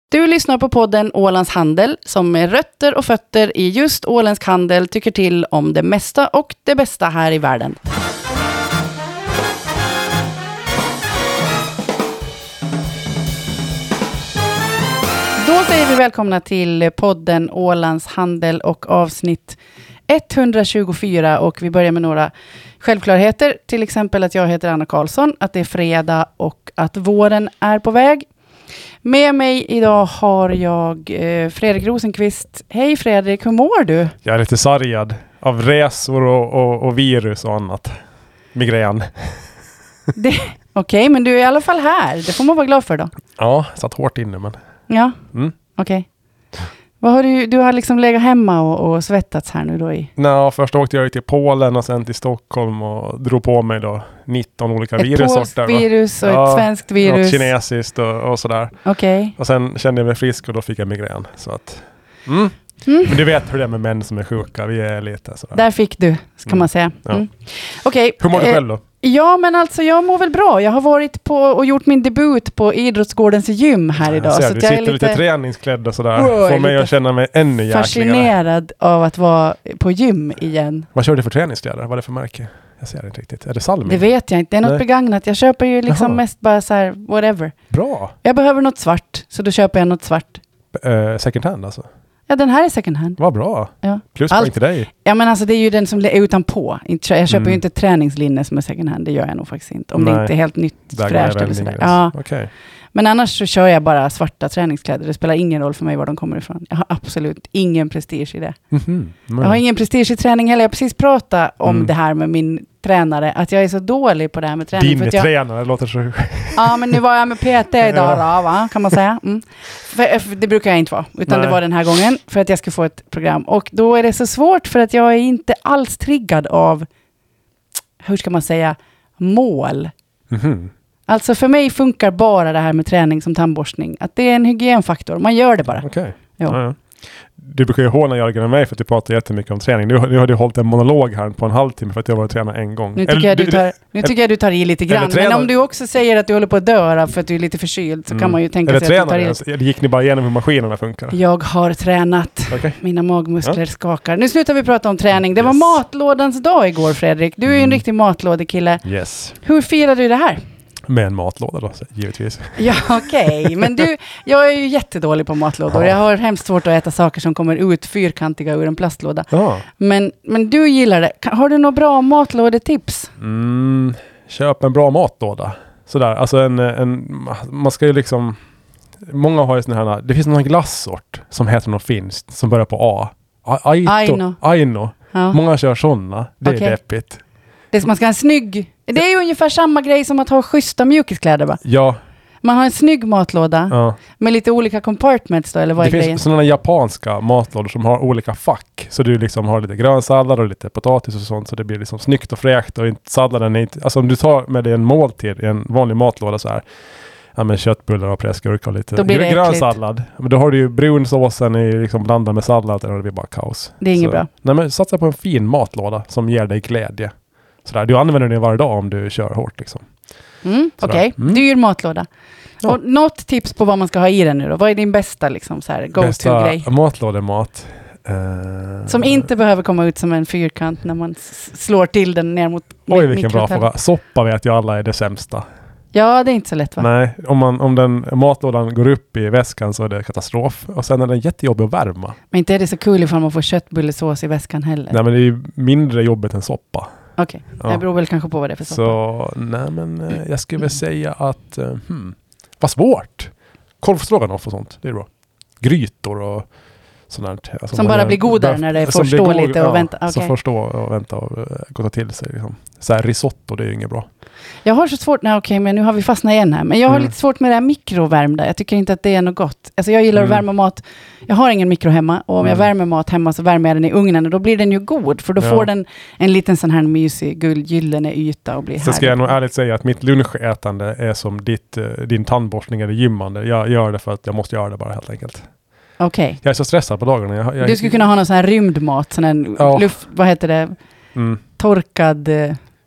Du lyssnar på podden Ålands Handel som med rötter och fötter i just åländsk handel tycker till om det mesta och det bästa här i världen. Då säger vi välkomna till podden Ålands Handel och avsnitt 124 och vi börjar med några självklarheter. Till exempel att jag heter Anna Karlsson, att det är fredag och att våren är på väg. Med mig idag har jag Fredrik Rosenqvist. Hej Fredrik, hur mår du? Jag är lite sargad av resor och virus och annat. Migrän. Okej, men du är i alla fall här. Det får man vara glad för då. Ja, satt hårt inne men... Ja, okej. Vad har du har liksom legat hemma och svettats här nu då i? Nej, först åkte jag till Polen och sen till Stockholm och drog på mig då 19 olika virussorter. Ett polskt virus och ett svenskt virus. Ett kinesiskt och sådär. Okej. Och sen kände jag mig frisk och då fick jag migrän. Så att... Men du vet hur det är med män som är sjuka. Vi är lite sådär. Där fick du, kan man säga. Ja. Okej. Hur mår du själv då? Ja, men alltså jag mår väl bra. Jag har varit på och gjort min debut på Idrottsgårdens gym här idag. Så du jag sitter är lite träningsklädd och sådär. Får mig att känna mig ännu jäkligare. Fascinerad av att vara på gym igen. Vad kör du för träningskläder? Vad är det för märke? Jag ser det inte riktigt. Är det Salmi? Det vet jag inte. Det är något begagnat. Jag köper ju liksom mest bara så här, whatever. Bra. Jag behöver något svart, så då köper jag något svart. Second hand alltså? Ja, den här är second hand. Vad bra. Ja. Pluspoäng till dig. Ja, men alltså det är ju den som är utanpå. Jag köper ju inte träningslinne som är second hand. Det gör jag nog faktiskt inte. Om det inte är helt nytt, fräscht eller sådär. Ja. Okay. Men annars så kör jag bara svarta träningskläder. Det spelar ingen roll för mig var de kommer ifrån. Jag har absolut ingen prestige i det. Jag har ingen prestige i träning heller. Jag har precis pratat om det här med min tränare. Att jag är så dålig på det här med träning. Din tränare låter så... Ja, men nu var jag med PT idag då, va? Kan man säga. För det brukar jag inte vara. Utan det var den här gången för att jag ska få ett program. Och då är det så svårt för att jag är inte alls triggad av, hur ska man säga, mål. Alltså för mig funkar bara det här med träning som tandborstning. Att det är en hygienfaktor. Man gör det bara. Okej. Ja. Du brukar ju håna Jörgen och mig för att du pratar jättemycket om träning. Nu har du hållit en monolog här på en halvtimme för att jag var och tränade en gång. Nu tycker jag du tar i lite grann. Men om du också säger att du håller på att dö för att du är lite förkyld så kan man ju tänka sig att du tar i. Eller gick ni bara igenom hur maskinerna funkar? Jag har tränat. Okay. Mina magmuskler skakar. Nu slutar vi prata om träning. Det var matlådans dag igår, Fredrik. Du är ju en riktig matlådekille. Yes. Hur firade du det här? Med en matlåda då, givetvis. Ja, okej. Men jag är ju jättedålig på matlådor. Jag har hemskt svårt att äta saker som kommer ut fyrkantiga ur en plastlåda. Men du gillar det. Har du några bra matlådetips? Köp en bra matlåda. Sådär, alltså man ska ju liksom... Många har ju sådana här... Det finns någon glassort som heter något finskt, som börjar på A. Aino. Ja. Många kör sådana. Det är deppigt. Man ska ha en snygg... Det är ju ungefär samma grej som att ha schyssta mjukiskläder, va? Ja. Man har en snygg matlåda med lite olika compartments då, eller vad är grejen? Det finns sådana japanska matlådor som har olika fack. Så du liksom har lite grönsallad och lite potatis och sånt, så det blir liksom snyggt och fräkt och inte, salladen är inte... Alltså om du tar med dig en måltid i en vanlig matlåda så här, med köttbullar och pressgurka och lite grönsallad. Men då har du ju brunsåsen i liksom blandad med sallad och det blir bara kaos. Det är inget bra. Nej, men satsa på en fin matlåda som ger dig glädje. Sådär. Du använder den varje dag om du kör hårt liksom. Okej. Dyr matlåda. Ja. Och något tips på vad man ska ha i den nu då? Vad är din bästa liksom så här go-to-grej? Bästa matlådemat. Som inte behöver komma ut som en fyrkant när man slår till den ner mot Oj, vilken bra fråga. Soppa vet jag alla är det sämsta. Ja, det är inte så lätt, va? Nej, om den matlådan går upp i väskan så är det katastrof. Och sen är den jättejobbig att värma. Men inte är det så kul ifall man får köttbullesås i väskan heller? Nej, men det är ju mindre jobbigt än soppa. Okej, det beror väl kanske på vad det är för soppa. Så, nej men jag skulle väl säga att, vad svårt. Korvstroganoff och sånt, det är bra. Grytor och sånt. Alltså som bara blir godare när det får stå lite och vänta. Okay. Så får stå och vänta och gå till sig. Liksom. Så här risotto, det är ju inget bra. Jag har så svårt, men nu har vi fastnat igen här. Men jag har lite svårt med det här mikrovärmda. Jag tycker inte att det är något gott. Alltså jag gillar att värma mat. Jag har ingen mikro hemma. Och om jag värmer mat hemma så värmer jag den i ugnen. Och då blir den ju god. För då får den en liten sån här mysig guldgyllene yta och blir härlig. Så ska jag nog ärligt säga att mitt lunchätande är som din tandborstning eller gymmande. Jag gör det för att jag måste göra det bara helt enkelt. Okej. Jag är så stressad på dagarna. Du skulle kunna ha någon sån här rymdmat. Sån här luft, vad heter det? Torkad...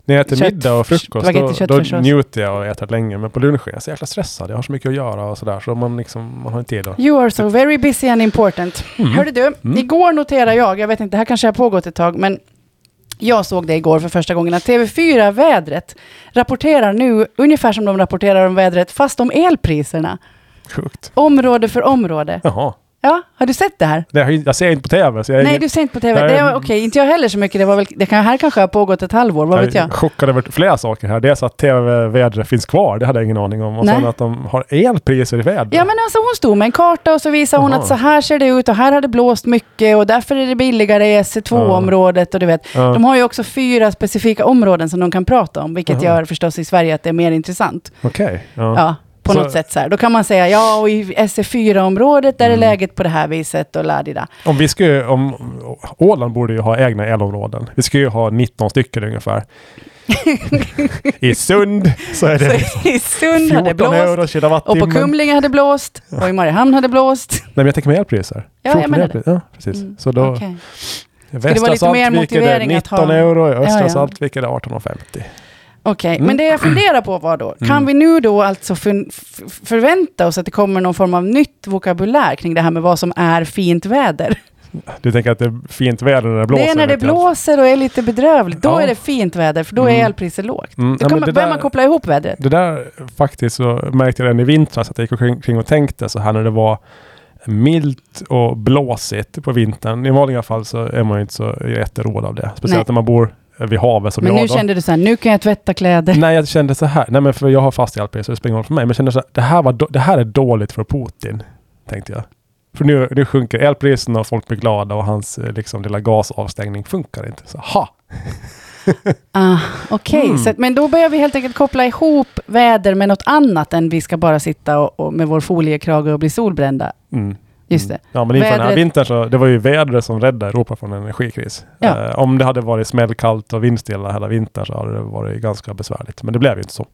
När jag äter middag och frukost, då njuter jag och äter länge. Men på lunchen är jag så jäkla stressad. Jag har så mycket att göra och sådär. Så man har inte tid. You are so very busy and important. Hörde du, igår noterar jag vet inte, det här kanske har pågått ett tag, men jag såg det igår för första gången att TV4-vädret rapporterar nu ungefär som de rapporterar om vädret, fast om elpriserna. Sjukt. Område för område. Jaha. Ja, har du sett det här? Jag ser inte på TV. Nej, du ser inte på TV. Det är okej, inte jag heller så mycket. Här kanske har pågått ett halvår, vad vet jag? Jag chockade över flera saker här. Det är så att TV-vädret finns kvar, det hade jag ingen aning om. Och sen att de har elpriser i vädret. Ja, men alltså hon stod med en karta och så visade hon att så här ser det ut och här har det blåst mycket och därför är det billigare i SC2-området och du vet. De har ju också 4 specifika områden som de kan prata om, vilket gör förstås i Sverige att det är mer intressant. Okej. Ja. På något sätt så här. Då kan man säga, och i SC4-området där är läget på det här viset och ladida. Åland borde ju ha egna elområden. Vi ska ju ha 19 stycken ungefär. I Sund så är det så i Sund hade blåst och på Kumlinge hade blåst och i Mariehamn hade blåst. Nej, men jag tänker med elpriser. Ja, jag menar det. Ja, precis. Så då Västra Saltvik är det 19 euro, i Östra Saltvik är det 18,50. Okej, men det jag funderar på var då, kan vi nu då alltså förvänta oss att det kommer någon form av nytt vokabulär kring det här med vad som är fint väder? Du tänker att det är fint väder när det blåser? Det är när det blåser och är lite bedrövligt. Då är det fint väder, för då är elpriset lågt. Då börjar man koppla ihop vädret. Det där faktiskt så märkte jag redan i vintras att jag gick kring och tänkte så här när det var milt och blåsigt på vintern. I vanliga fall så är man ju inte så jätteråd av det. Speciellt när man bor vid havet som men nu kände du så här, nu kan jag tvätta kläder. Nej, jag kände så här. Nej, men för jag har fast elpris så det spelar ingen roll för mig. Men jag kände så här, det här är dåligt för Putin, tänkte jag. För nu sjunker elpriserna och folk blir glada och hans lilla gasavstängning funkar inte. Så Okej. Men då börjar vi helt enkelt koppla ihop väder med något annat än vi ska bara sitta och med vår foliekrage och bli solbrända. Just det. Ja, men inför den här vintern så det var ju vädret som räddade Europa från en energikris. Ja. Om det hade varit smällkallt och vindstilla hela vintern så hade det varit ganska besvärligt. Men det blev ju inte så.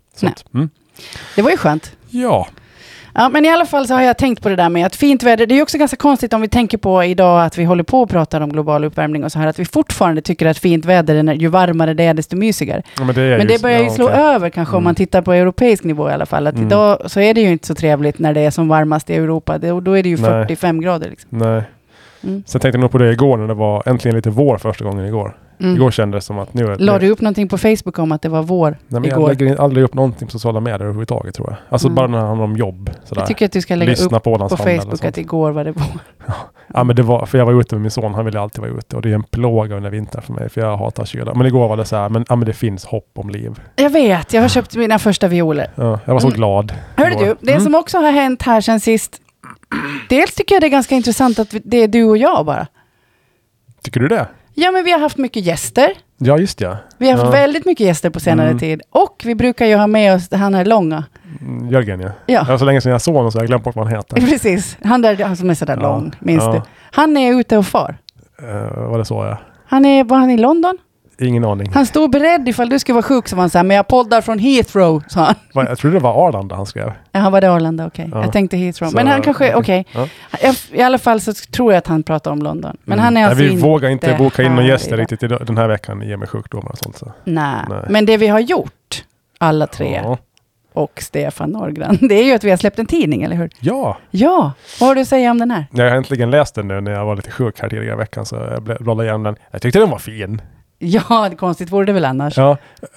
Det var ju skönt. Ja. Ja, men i alla fall så har jag tänkt på det där med att fint väder, det är ju också ganska konstigt om vi tänker på idag att vi håller på och pratar om global uppvärmning och så här, att vi fortfarande tycker att fint väder är ju varmare det är desto mysigare. Ja, men det börjar ju slå över kanske om man tittar på europeisk nivå i alla fall, att idag så är det ju inte så trevligt när det är som varmast i Europa, då är det ju 45 grader liksom. Nej. Sen tänkte jag nog på det igår när det var äntligen lite vår första gången igår. Igår kändes det som att nu... La du upp någonting på Facebook om att det var vår igår? Jag lägger aldrig upp någonting på sociala medier överhuvudtaget tror jag. Alltså bara när det handlar om jobb. Sådär. Jag tycker att du ska lägga upp på Facebook att igår var det vår. Ja, men det var, för jag var ute med min son, han ville alltid vara ute och det är en plåga under vintern för mig för jag hatar kyla. Men igår var det så här, men det finns hopp om liv. Jag vet, jag har köpt mina första violer. Ja, jag var så glad. Hörde du, det som också har hänt här sen sist, dels tycker jag det är ganska intressant att det är du och jag bara. Tycker du det? Ja, men vi har haft mycket gäster. Ja, just det. Vi har haft väldigt mycket gäster på senare tid. Och vi brukar ju ha med oss han här långa. Jörgen, ja. Det var så länge sedan jag såg honom så jag glömt bort vad han heter. Precis. Han som är sådär lång, minns du. Han är ute och far. Var det så, ja. Var han i London? Ingen aning. Han stod beredd ifall du skulle vara sjuk, som han sa. Men jag poddar från Heathrow, sa han. Jag trodde det var Arlanda han skrev. Ja, han var det Arlanda, okej. Jag tänkte Heathrow. Så, men han kanske, okej. I alla fall så tror jag att han pratar om London. Men han är alltså vi vågar inte boka in någon gäster riktigt den här veckan i med sjukdomar och sånt. Så. Nej, men det vi har gjort, alla tre, och Stefan Norgran, det är ju att vi har släppt en tidning, eller hur? Ja. Vad har du att säga om den här? Jag har äntligen läst den nu när jag var lite sjuk här tidigare i veckan, så jag bladade igenom den. Jag tyckte den var fin. Ja, det konstigt vore det väl annars. Ja,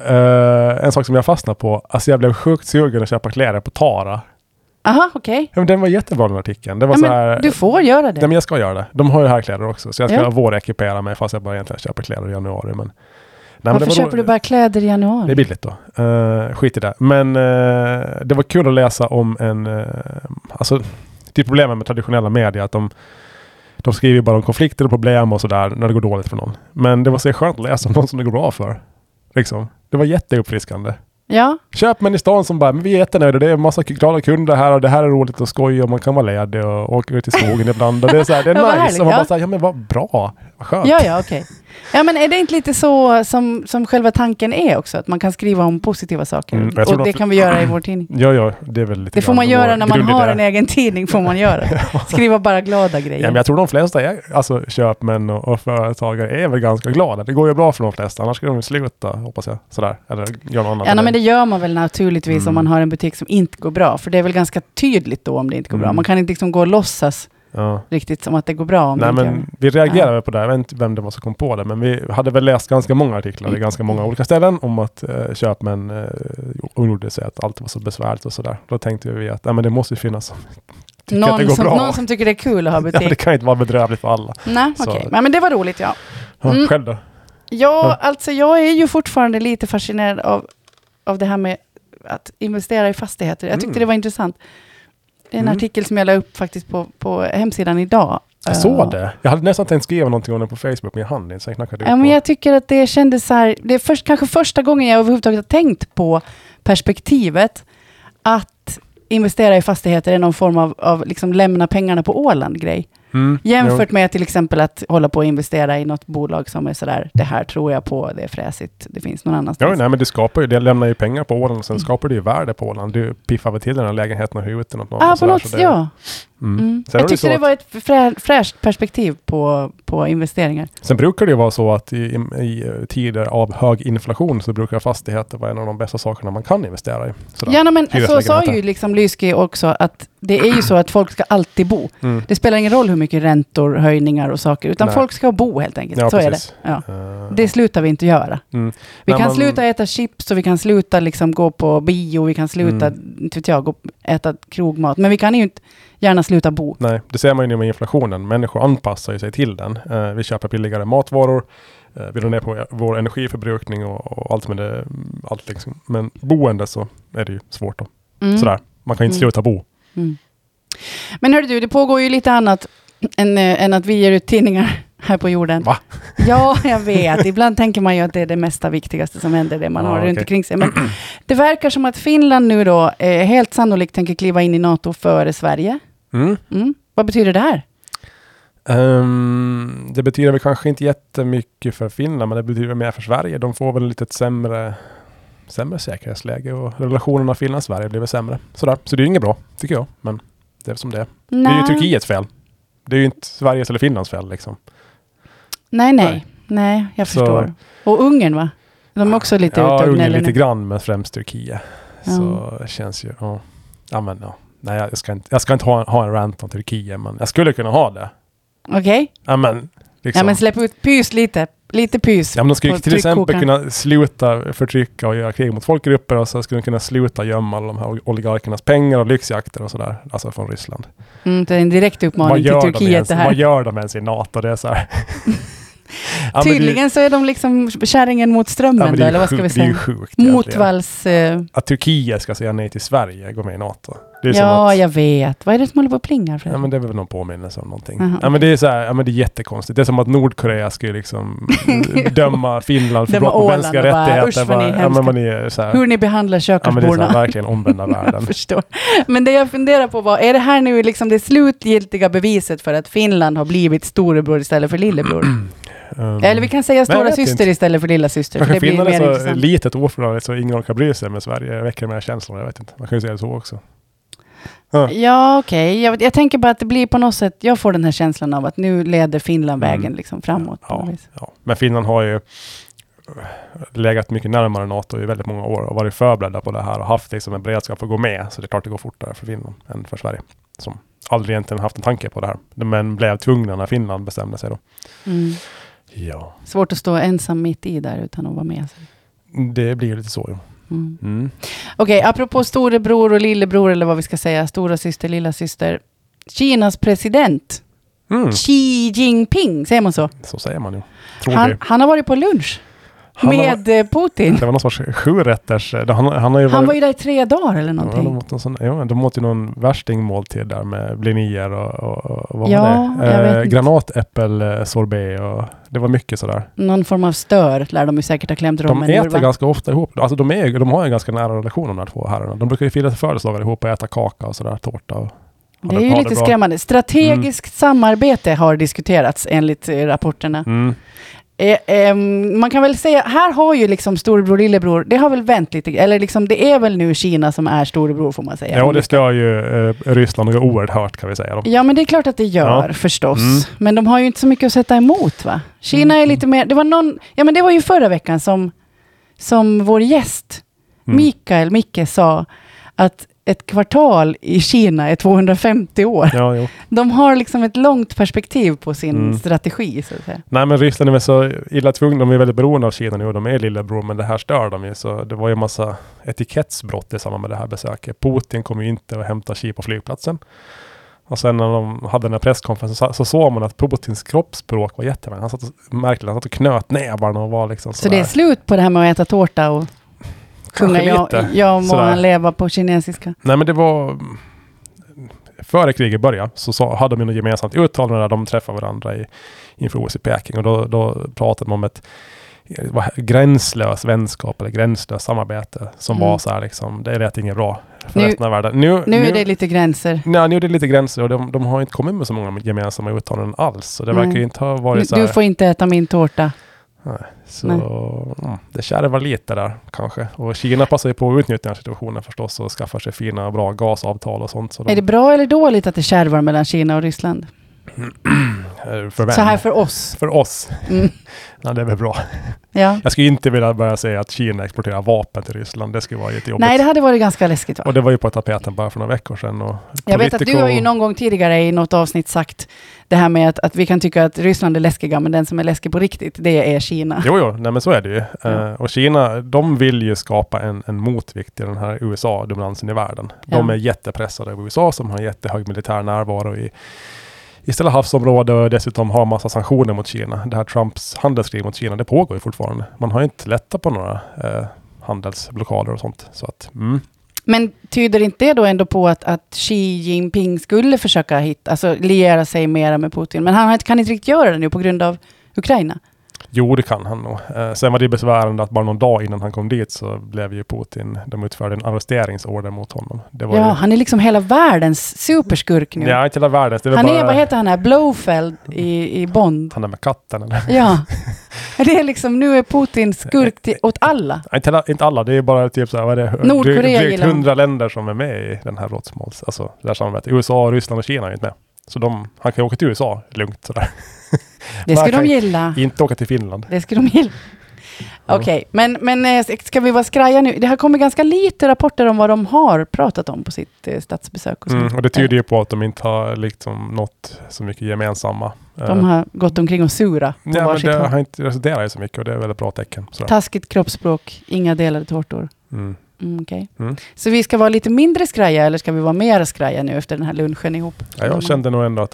en sak som jag fastnade på, alltså jag blev sjukt sugen att köpa kläder på Tara. Aha, okej. Ja, men den var jättebra den artikeln. Det var så här, du får göra det. Nej, men jag ska göra det. De har ju här kläder också, så jag ska vårekipera mig fast jag bara egentligen köper kläder i januari. Men varför köper du bara kläder i januari? Det är billigt då. Skit i det. Men det var kul att läsa om alltså det är problemet med traditionella medier att de skriver bara om konflikter och problem och sådär när det går dåligt för någon. Men det var så skönt att läsa om någon som det går bra för. Liksom. Det var jätteuppfriskande. Ja. Köpmän i stan som bara, men vi är jättenöjda, det är en massa glada kunder här och det här är roligt att skoja och man kan vara ledig och åka ut i skogen ibland. Och det är så här, det är nice. Och man bara säger, ja men vad bra, vad skönt. Ja, okej. Ja, men är det inte lite så som själva tanken är också? Att man kan skriva om positiva saker. Och det kan vi göra i vår tidning. Ja, det är väl lite. Det får man göra när man har en egen tidning, får man göra. Skriva bara glada grejer. Ja, men jag tror de flesta alltså köpmän och företagare är väl ganska glada. Det går ju bra för de flesta, annars ska de sluta, hoppas jag. Sådär. Eller göra något annat. Ja, men det gör man väl naturligtvis om man har en butik som inte går bra. För det är väl ganska tydligt då om det inte går bra. Man kan inte liksom gå och låtsas riktigt som att det går bra. Nej, men vi reagerade på det. Jag vet inte vem det var som kom på det. Men vi hade väl läst ganska många artiklar i ganska många olika ställen om att köpmän oroade sig att allt var så besvärligt och sådär. Då tänkte vi att men det måste ju finnas någon som tycker det är kul att ha butik. Ja, det kan inte vara bedrövligt för alla. Nej, okej. Men det var roligt, ja. Själv då? Ja, alltså jag är ju fortfarande lite fascinerad av det här med att investera i fastigheter. Jag tyckte det var intressant. Det är en artikel som jag la upp faktiskt på hemsidan idag. Jag såg det. Jag hade nästan tänkt skriva någonting om det på Facebook, men jag hann inte. Så jag knackade men jag tycker att det kändes så här. Det är kanske första gången jag överhuvudtaget har tänkt på perspektivet att investera i fastigheter är någon form av liksom lämna pengarna på Åland-grej. Jämfört med till exempel att hålla på och investera i något bolag som är sådär, det här tror jag på, det är fräsigt, det finns någon annanstans. Ja, nej, men det lämnar ju pengar på Åland och sen skapar det ju värde på Åland. Du piffar väl till den här lägenheten och huvudet och något. På något sätt, ja. Jag tyckte det var ett fräscht perspektiv på investeringar. Sen brukar det ju vara så att i tider av hög inflation så brukar fastigheter vara en av de bästa sakerna man kan investera i. Ja, men så sa ju liksom Lyski också att det är ju så att folk ska alltid bo. Det spelar ingen roll hur mycket räntor, höjningar och saker, utan folk ska bo helt enkelt. Ja, så precis. Är det. Ja. Det slutar vi inte göra. Vi kan sluta äta chips och vi kan sluta liksom gå på bio, vi kan sluta inte vet jag, äta krogmat, men vi kan ju inte gärna sluta bo. Nej, det ser man ju nu med inflationen. Människor anpassar sig till den. Vi köper billigare matvaror. Vi drar ner på vår energiförbrukning och allt med det. Allt liksom. Men boende så är det ju svårt då. Sådär. Man kan inte sluta bo. Men hörru du, det pågår ju lite annat än att vi ger ut tidningar här på jorden. Va? Ja, jag vet. Ibland tänker man ju att det är det mesta viktigaste som händer, det man har runt omkring sig. Men det verkar som att Finland nu då helt sannolikt tänker kliva in i NATO före Sverige. Vad betyder det här? Det betyder väl kanske inte jättemycket för Finland, men det betyder mer för Sverige. De får väl lite sämre säkerhetsläge och relationerna Finland-Sverige blir väl sämre. Sådär. Så det är ju inget bra, tycker jag. Men det är som det är. Det är ju Turkiets fel. Det är ju inte Sveriges eller Finlands fel liksom. Nej, jag förstår. Och Ungern, va? De är också lite ja, Ungern lite grann, men främst Turkiet. Så det känns ju... Nej, jag ska inte ha en rant om Turkiet, men jag skulle kunna ha det. Okej. Liksom. Men släpp ut pys lite pys. Ja, men de skulle till exempel kunna sluta förtrycka och göra krig mot folkgrupper, och så skulle de kunna sluta gömma alla de här oligarkernas pengar och lyxjakter och sådär, alltså från Ryssland. Det är en direkt uppmaning till Turkiet det här. Vad gör de ens i NATO? Det är så här. Tydligen så är de liksom kärringen mot strömmen, eller vad ska vi säga? Det är sjukt. Motvalls... Att Turkiet ska säga nej till Sverige, gå med i NATO. Det är jag vet. Vad är det som håller på att plinga? Ja, men det är väl någon påminnelse om någonting. Ja, men det är så här, men det är jättekonstigt. Det är som att Nordkorea skulle liksom döma Finland för brott mot mänskliga rättigheter. Hur ni behandlar köksborna. Ja, men det är verkligen omvända världen. Jag förstår. Men det jag funderar på var, är det här nu liksom det slutgiltiga beviset för att Finland har blivit storebror istället för lillebror? Eller vi kan säga stora syster istället för lilla syster. Kanske för det Finland blir mer är så litet oförlåtligt så ingen kan bry sig, med Sverige väcker mer känslor. Jag vet inte. Man kan ju säga det så också. Ja, okej. Jag tänker bara att det blir på något sätt, jag får den här känslan av att nu leder Finland vägen liksom framåt. Ja. Men Finland har ju legat mycket närmare NATO i väldigt många år och varit förberedda på det här och haft liksom en beredskap för att gå med. Så det är klart det går fortare för Finland än för Sverige, som aldrig egentligen haft en tanke på det här. Men blev tvungna när Finland bestämde sig då. Ja. Svårt att stå ensam mitt i där utan att vara med. Det blir lite så, ja. Okej, apropå storebror och lillebror, eller vad vi ska säga, stora syster, lilla syster. Kinas president Xi Jinping, säger man så? Så säger man ju. Han har varit på lunch med Putin. Det var någon sorts 7-rätters. Han var ju där i 3 dagar eller någonting. De åt ju någon värstingmåltid där med blinier och vad var det? Granatäppelsorbet och det var mycket sådär. Någon form av stör lär de ju säkert ha klämt rum. De äter ganska ofta ihop. Alltså de har en ganska nära relation, de här två herrarna. De brukar ju fira födelsedagar ihop och äta kaka och sådär, tårta och det är ju lite skrämmande. Strategiskt samarbete har diskuterats enligt rapporterna. Man kan väl säga, här har ju liksom storebror, lillebror, det har väl vänt lite, eller liksom det är väl nu Kina som är storebror får man säga. Ja, och det stör ju Ryssland och oerhört kan vi säga. Ja, men det är klart att det gör förstås. Men de har ju inte så mycket att sätta emot, va? Kina är lite mer, det var någon, ja men det var ju förra veckan som vår gäst Micke sa att ett kvartal i Kina är 250 år. Ja, jo. De har liksom ett långt perspektiv på sin strategi, så att säga. Nej, men Ryssland är väl så illa tvungna. De är väldigt beroende av Kina nu och de är lillebror, men det här stör de ju. Så det var ju en massa etikettsbrott i samband med det här besöket. Putin kom ju inte att hämta Xi på flygplatsen. Och sen när de hade den här presskonferensen så såg man att Putins kroppsspråk var jättebra. Han satt och knöt nävarna och var liksom så det är slut på det här med att äta tårta och sjunga jag må han leva på kinesiska. Nej, men det var före kriget började så hade de något gemensamt uttalande när de träffade varandra inför OS i Peking, och då pratade de om ett gränslös vänskap eller gränslöst samarbete som var så här liksom, det är rätt inget bra för resten av världen. Nu är det lite gränser. Nej, nu är det lite gränser och de har inte kommit med så många gemensamma uttalanden alls, så det verkar ju inte ha varit så här. Du får inte äta min tårta. Nej, så det kärvar lite där kanske. Och Kina passar ju på att utnyttja den situationen förstås och skaffar sig fina, bra gasavtal och sånt. Så är det bra eller dåligt att det kärvar mellan Kina och Ryssland? För vem? Så här för oss. För oss. Ja, det är väl bra. Ja. Jag skulle inte vilja börja säga att Kina exporterar vapen till Ryssland. Det skulle vara jättejobbigt. Nej, det hade varit ganska läskigt, va? Och det var ju på tapeten bara för några veckor sedan. Och jag vet att du har ju någon gång tidigare i något avsnitt sagt det här med att vi kan tycka att Ryssland är läskiga, men den som är läskig på riktigt, det är Kina. Jo, nej men så är det ju. Och Kina, de vill ju skapa en motvikt till den här USA-dominansen i världen. De är jättepressade av USA som har jättehög militär närvaro i Stilla havsområde och dessutom har massa sanktioner mot Kina. Det här Trumps handelskrig mot Kina, det pågår ju fortfarande. Man har inte lättat på några handelsblockader och sånt. Så att, Men tyder inte det då ändå på att Xi Jinping skulle försöka liera sig mera med Putin? Men han kan inte riktigt göra det nu på grund av Ukraina. Jo, det kan han nog. Sen var det besvärande att bara någon dag innan han kom dit så blev ju Putin, de utförde en arresteringsorder mot honom. Det var han är liksom hela världens superskurk nu. Ja, inte hela världens. Han är, vad heter han här? Blofeld i Bond. Han är med katten eller? Ja. Det är liksom, nu är Putin skurk åt alla. Inte alla, det är bara typ så här, vad är det? Nordkorea drygt 100 länder som är med i den här rådsmåls. Alltså, det här samarbetet. USA, Ryssland och Kina är inte med. Så han kan åka till USA lugnt sådär. Det ska de gilla. Inte åka till Finland. Det ska de gilla. Okej, men ska vi vara skraja nu? Det har kommit ganska lite rapporter om vad de har pratat om på sitt statsbesök. Och det tyder ju på att de inte har liksom nått så mycket gemensamma. De har gått omkring och sura. Ja, men det har inte resulterat så mycket och det är väldigt bra tecken. Sådär. Taskigt kroppsspråk, inga delade tårtor. Okay. Så vi ska vara lite mindre skraja eller ska vi vara mer skraja nu efter den här lunchen ihop? Ja, jag kände nog ändå att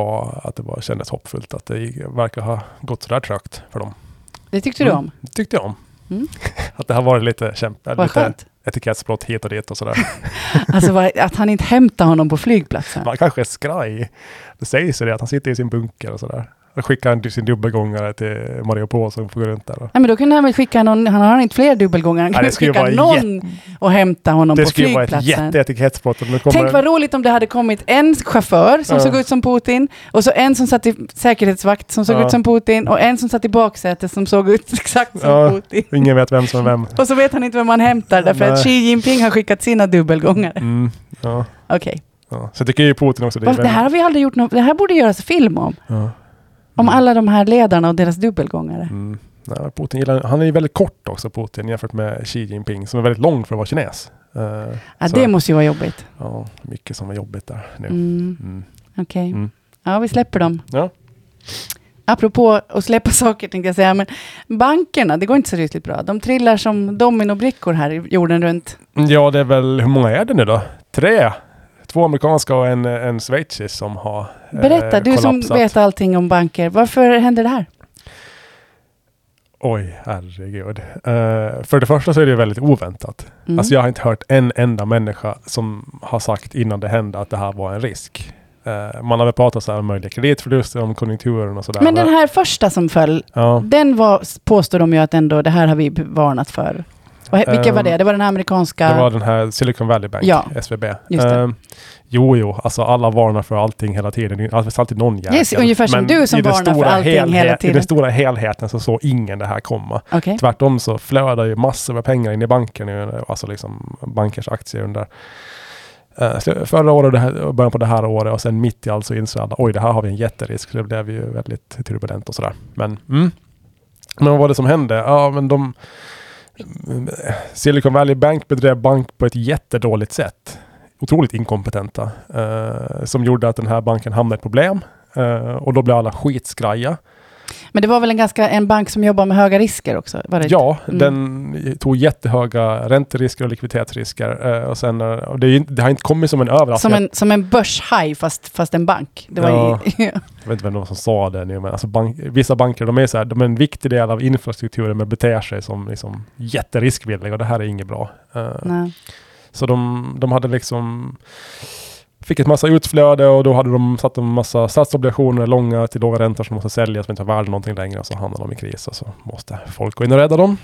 det kändes hoppfullt att det verkar ha gått så där trögt för dem. Det tyckte du om? Det tyckte jag om. Att det har varit lite etikettsbrott hit och dit och sådär. Alltså att han inte hämtar honom på flygplatsen. Man kanske är skraj. Det sägs ju det att han sitter i sin bunker och sådär. Och skickar sin dubbelgångare till Mariupol som får gå runt där. Nej, men då kunde han väl skicka någon, han har inte fler dubbelgångare, han kunde skicka någon och hämta honom på flygplatsen. Det skulle vara ett jätteetikettsbrott. Tänk vad roligt om det hade kommit en chaufför som såg ut som Putin och så en som satt i säkerhetsvakt som såg ut som Putin och en som satt i baksätet som såg ut exakt som Putin. Ingen vet vem som är vem. Och så vet han inte vem man hämtar därför att Xi Jinping har skickat sina dubbelgångare. Okej. Ja. Så tycker ju Putin också det här har vi aldrig gjort det här borde göras film om. Ja. Om alla de här ledarna och deras dubbelgångare. Nej, Putin han är ju väldigt kort också, Putin, jämfört med Xi Jinping som är väldigt lång för att vara kines. Det måste ju vara jobbigt. Ja, mycket som är jobbigt där nu. Okej. Ja, vi släpper dem. Ja. Apropå att släppa saker tänkte jag säga, men bankerna, det går inte så riktigt bra. De trillar som dominobrickor här i jorden runt. Ja, det är väl, hur många är det nu då? 3. 2 amerikanska och en schweizisk som har berätta, du kollapsat. Som vet allting om banker. Varför händer det här? Oj, herregud. För det första så är det väldigt oväntat. Alltså jag har inte hört en enda människa som har sagt innan det hände att det här var en risk. Man har väl pratat så här om möjliga kreditförluster, om konjunkturen och sådär. Men den här första som föll, den påstår de ju att ändå det här har vi varnat för. Vilka var det? Det var den här amerikanska... Det var den här Silicon Valley Bank, SVB. Just det. Jo, alltså alla varnar för allting hela tiden. Det är alltid någon jäkel. Yes, ungefär som du som varnar för allting hela tiden. I den stora helheten så såg ingen det här komma. Okay. Tvärtom så flödar ju massor med pengar in i banken, alltså liksom bankers aktier under förra året och början på det här året, och sen mitt i allt så insåg alla, oj, det här har vi en jätterisk. Så det blev ju väldigt turbulent och sådär. Men vad var det som hände? Ja, men Silicon Valley Bank bedrev bank på ett jättedåligt sätt. Otroligt inkompetenta. Som gjorde att den här banken hamnade i ett problem. Och då blev alla skitskraja. Men det var väl en bank som jobbar med höga risker också? Var det den tog jättehöga ränterisker och likviditetsrisker. Och sen, det har inte kommit som en överraskning. Som en börshaj fast en bank. Det var jag vet inte vem som sa det nu, men alltså vissa banker, de är en viktig del av infrastrukturen, men beter sig som liksom jätteriskvilliga, och det här är inget bra. Nej. Så de hade liksom fick ett massa utflöde, och då hade de satt en massa statsobligationer långa till låga räntor som måste säljas, som inte har värde någonting längre, och så hamnar de i kris, och så måste folk gå in och rädda dem.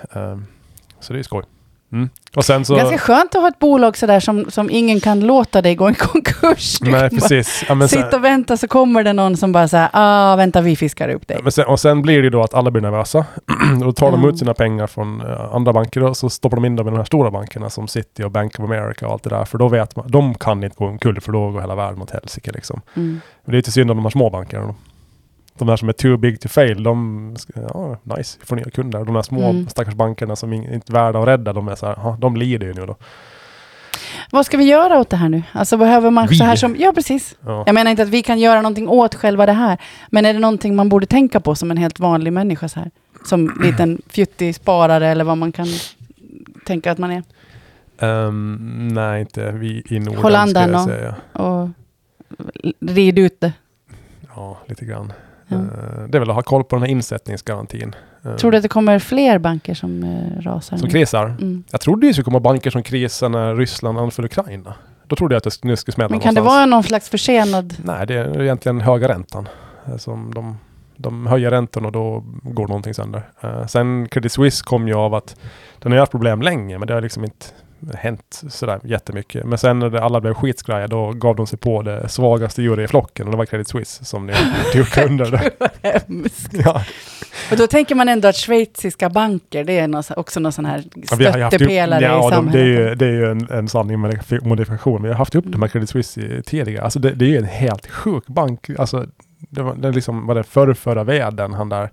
Så det är skoj. Och sen så... Ganska skönt att ha ett bolag sådär som ingen kan låta dig gå i konkurs. Nej, precis. Sitta och vänta, så kommer det någon som bara säger, vänta, vi fiskar upp dig. Och sen blir det då att alla blir nervösa. Och då tar de ut sina pengar från andra banker, och så stoppar de in dem i de här stora bankerna som City och Bank of America och allt det där. För då vet man, de kan inte gå omkull, för då går hela världen åt helsike liksom. Men det är inte synd om de här små bankerna. De där som är too big to fail, nice, vi får nya kunder. De där små stackars bankerna som inte är värda att rädda, de är så här, de lider ju nu då. Vad ska vi göra åt det här nu? Alltså behöver man så här som... Ja, precis. Ja. Jag menar inte att vi kan göra någonting åt själva det här. Men är det någonting man borde tänka på som en helt vanlig människa så här? Som liten fjuttig sparare, eller vad man kan tänka att man är? Nej, inte vi i Norden. Håll andan och rid ut det. Ja, lite grann. Det är väl att ha koll på den här insättningsgarantin. Tror du att det kommer fler banker som rasar? Som krisar? Jag trodde ju att det kommer banker som krisar när Ryssland anföll Ukraina. Då trodde jag att det nu skulle smälla. Men kan någonstans. Det vara någon slags försenad? Nej, det är egentligen höga räntan. Som de höjer räntan, och då går någonting sönder. Sen Credit Suisse kom ju av att den har haft problem länge, men det har liksom inte hänt sådär jättemycket. Men sen när alla blev skitskraja, då gav de sig på det svagaste djuret i flocken, och det var Credit Suisse som ni tog under. Ja. Och då tänker man ändå att schweiziska banker, det är också någon sån här stöttepelare i samhället. Det är ju en sanning med modifikation. Vi har haft upp de här Credit Suisse tidigare. Alltså det är ju en helt sjuk bank. Alltså det liksom var det förra vd:n, han där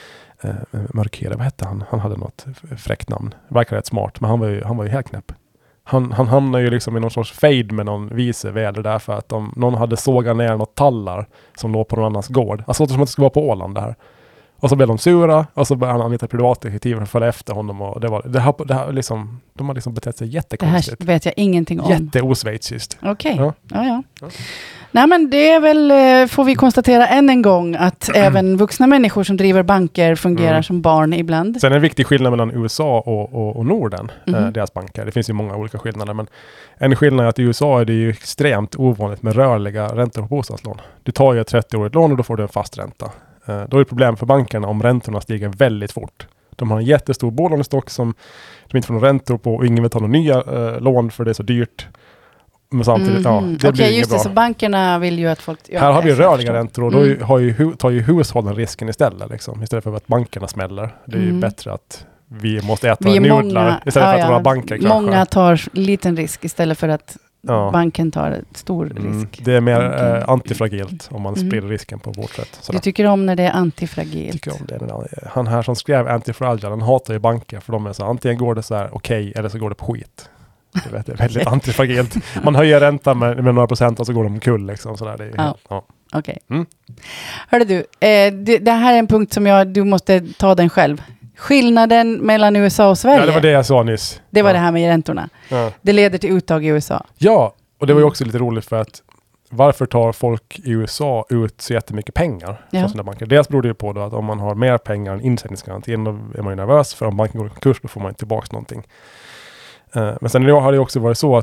mörkare, vad hette han? Han hade något fräckt namn. Verkar rätt smart, men han var ju helt knäpp. Han hamnade ju liksom i någon sorts fade med någon vice vd där, för att någon hade sågat ner något tallar som låg på någon annans gård. Alltså som att det skulle vara på Åland där. Och så blev de sura, och så började han anlita privatdetektiver för att följa efter honom, och de har liksom betett sig jättekonstigt. Det här vet jag ingenting om. Jätteosvejtsiskt. Okej. Ja. Nej, men det är väl, får vi konstatera än en gång, att även vuxna människor som driver banker fungerar som barn ibland. Sen är det en viktig skillnad mellan USA och Norden, deras banker. Det finns ju många olika skillnader, men en skillnad är att i USA är det ju extremt ovanligt med rörliga räntor på bostadslån. Du tar ju ett 30-årigt lån, och då får du en fast ränta. Då är det problem för bankerna om räntorna stiger väldigt fort. De har en jättestor bolånestock som de inte får några räntor på, och ingen vill ta några nya lån för det är så dyrt. Men samtidigt, det blir inget bra. Så bankerna vill ju att folk... Här har vi rörliga räntor, och då tar ju hushållen risken istället. Liksom, istället för att bankerna smäller. Det är ju bättre att vi måste äta nudlar istället för att våra banker kanske. Många tar liten risk istället för att banken tar stor risk. Det är mer antifragilt om man sprider risken på vårt sätt. Sådär. Du tycker om när det är antifragilt? Tycker om det. Han här som skrev antifragile, han hatar ju banker, för de är så antingen går det så här okej, eller så går det på skit. Det är väldigt antifragilt. Man höjer räntan med några procent, och så går de omkull liksom. Sådär. Okej. Hörde du, det här är en punkt som du måste ta den själv. Skillnaden mellan USA och Sverige. Ja, det var det jag sa nyss. Det var det här med räntorna. Ja. Det leder till uttag i USA. Ja, och det var ju också lite roligt, för att varför tar folk i USA ut så jättemycket pengar från sina banker? Dels beror det ju på då att om man har mer pengar än insättningsgarantin, då är man ju nervös, för om banken går i konkurs, då får man inte tillbaka någonting. Men sen har det också varit så att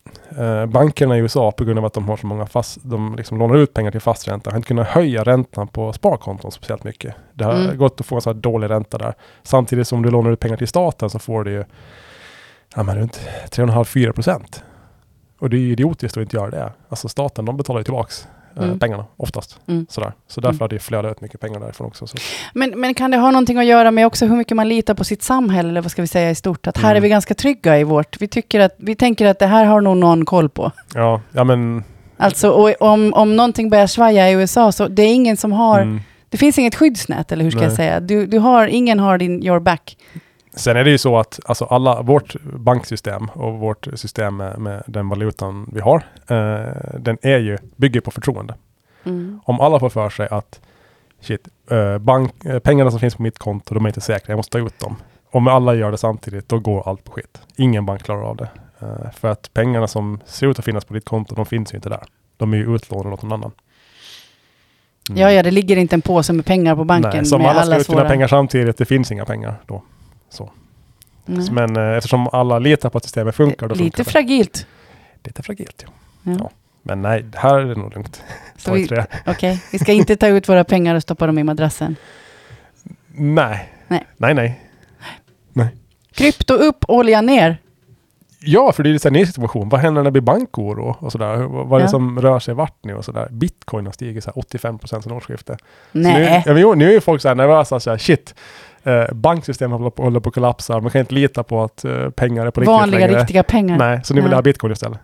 bankerna i USA på grund av att de har så många de liksom lånar ut pengar till fast ränta har inte kunnat höja räntan på sparkonton speciellt mycket. Det har gått att få en så här dålig ränta där. Samtidigt som du lånar ut pengar till staten så får du ju runt 3,5-4%. Och det är ju idiotiskt att inte göra det. Alltså staten, de betalar ju tillbaks pengarna oftast. Sådär. Så därför har det flödat ut mycket pengar därifrån också. Så. Men kan det ha någonting att göra med också hur mycket man litar på sitt samhälle, eller vad ska vi säga i stort? Att här är vi ganska trygga i vårt. Vi tänker att det här har nog någon koll på. Ja men... Alltså, och om någonting börjar svaja i USA så det är ingen som har... Det finns inget skyddsnät, eller hur ska jag säga? Ingen har your back. Sen är det ju så att alltså vårt banksystem och vårt system med den valutan vi har, den bygger på förtroende. Om alla får för sig att pengarna som finns på mitt konto, de är inte säkra, jag måste ta ut dem. Om alla gör det samtidigt, då går allt på skit. Ingen bank klarar av det. För att pengarna som ser ut att finnas på ditt konto, de finns ju inte där. De är ju utlånade åt någon annan. Ja, det ligger inte en påse med pengar på banken. Nej, som med alla ska ut dina pengar samtidigt, det finns inga pengar då. Så. Men eftersom alla litar på att systemet funkar, då lite funkar fragilt. Lite fragilt, ja. Men nej, här är det nog lugnt. Okej, vi ska inte ta ut våra pengar och stoppa dem i madrassen. Nej. Krypto upp, olja ner. Ja, för det är en ny situation. Vad händer när det blir bankoro och sådär? Vad är det som rör sig vart nu och sådär? Bitcoin har stigit 85% sedan årsskiftet. Nej. Nu är ju folk så här nervösa. Så här, shit, banksystemet håller på att kollapsa. Man kan inte lita på att pengar är på riktigt vanliga, längre. Riktiga pengar. Nej, så nu vill jag ha Bitcoin istället.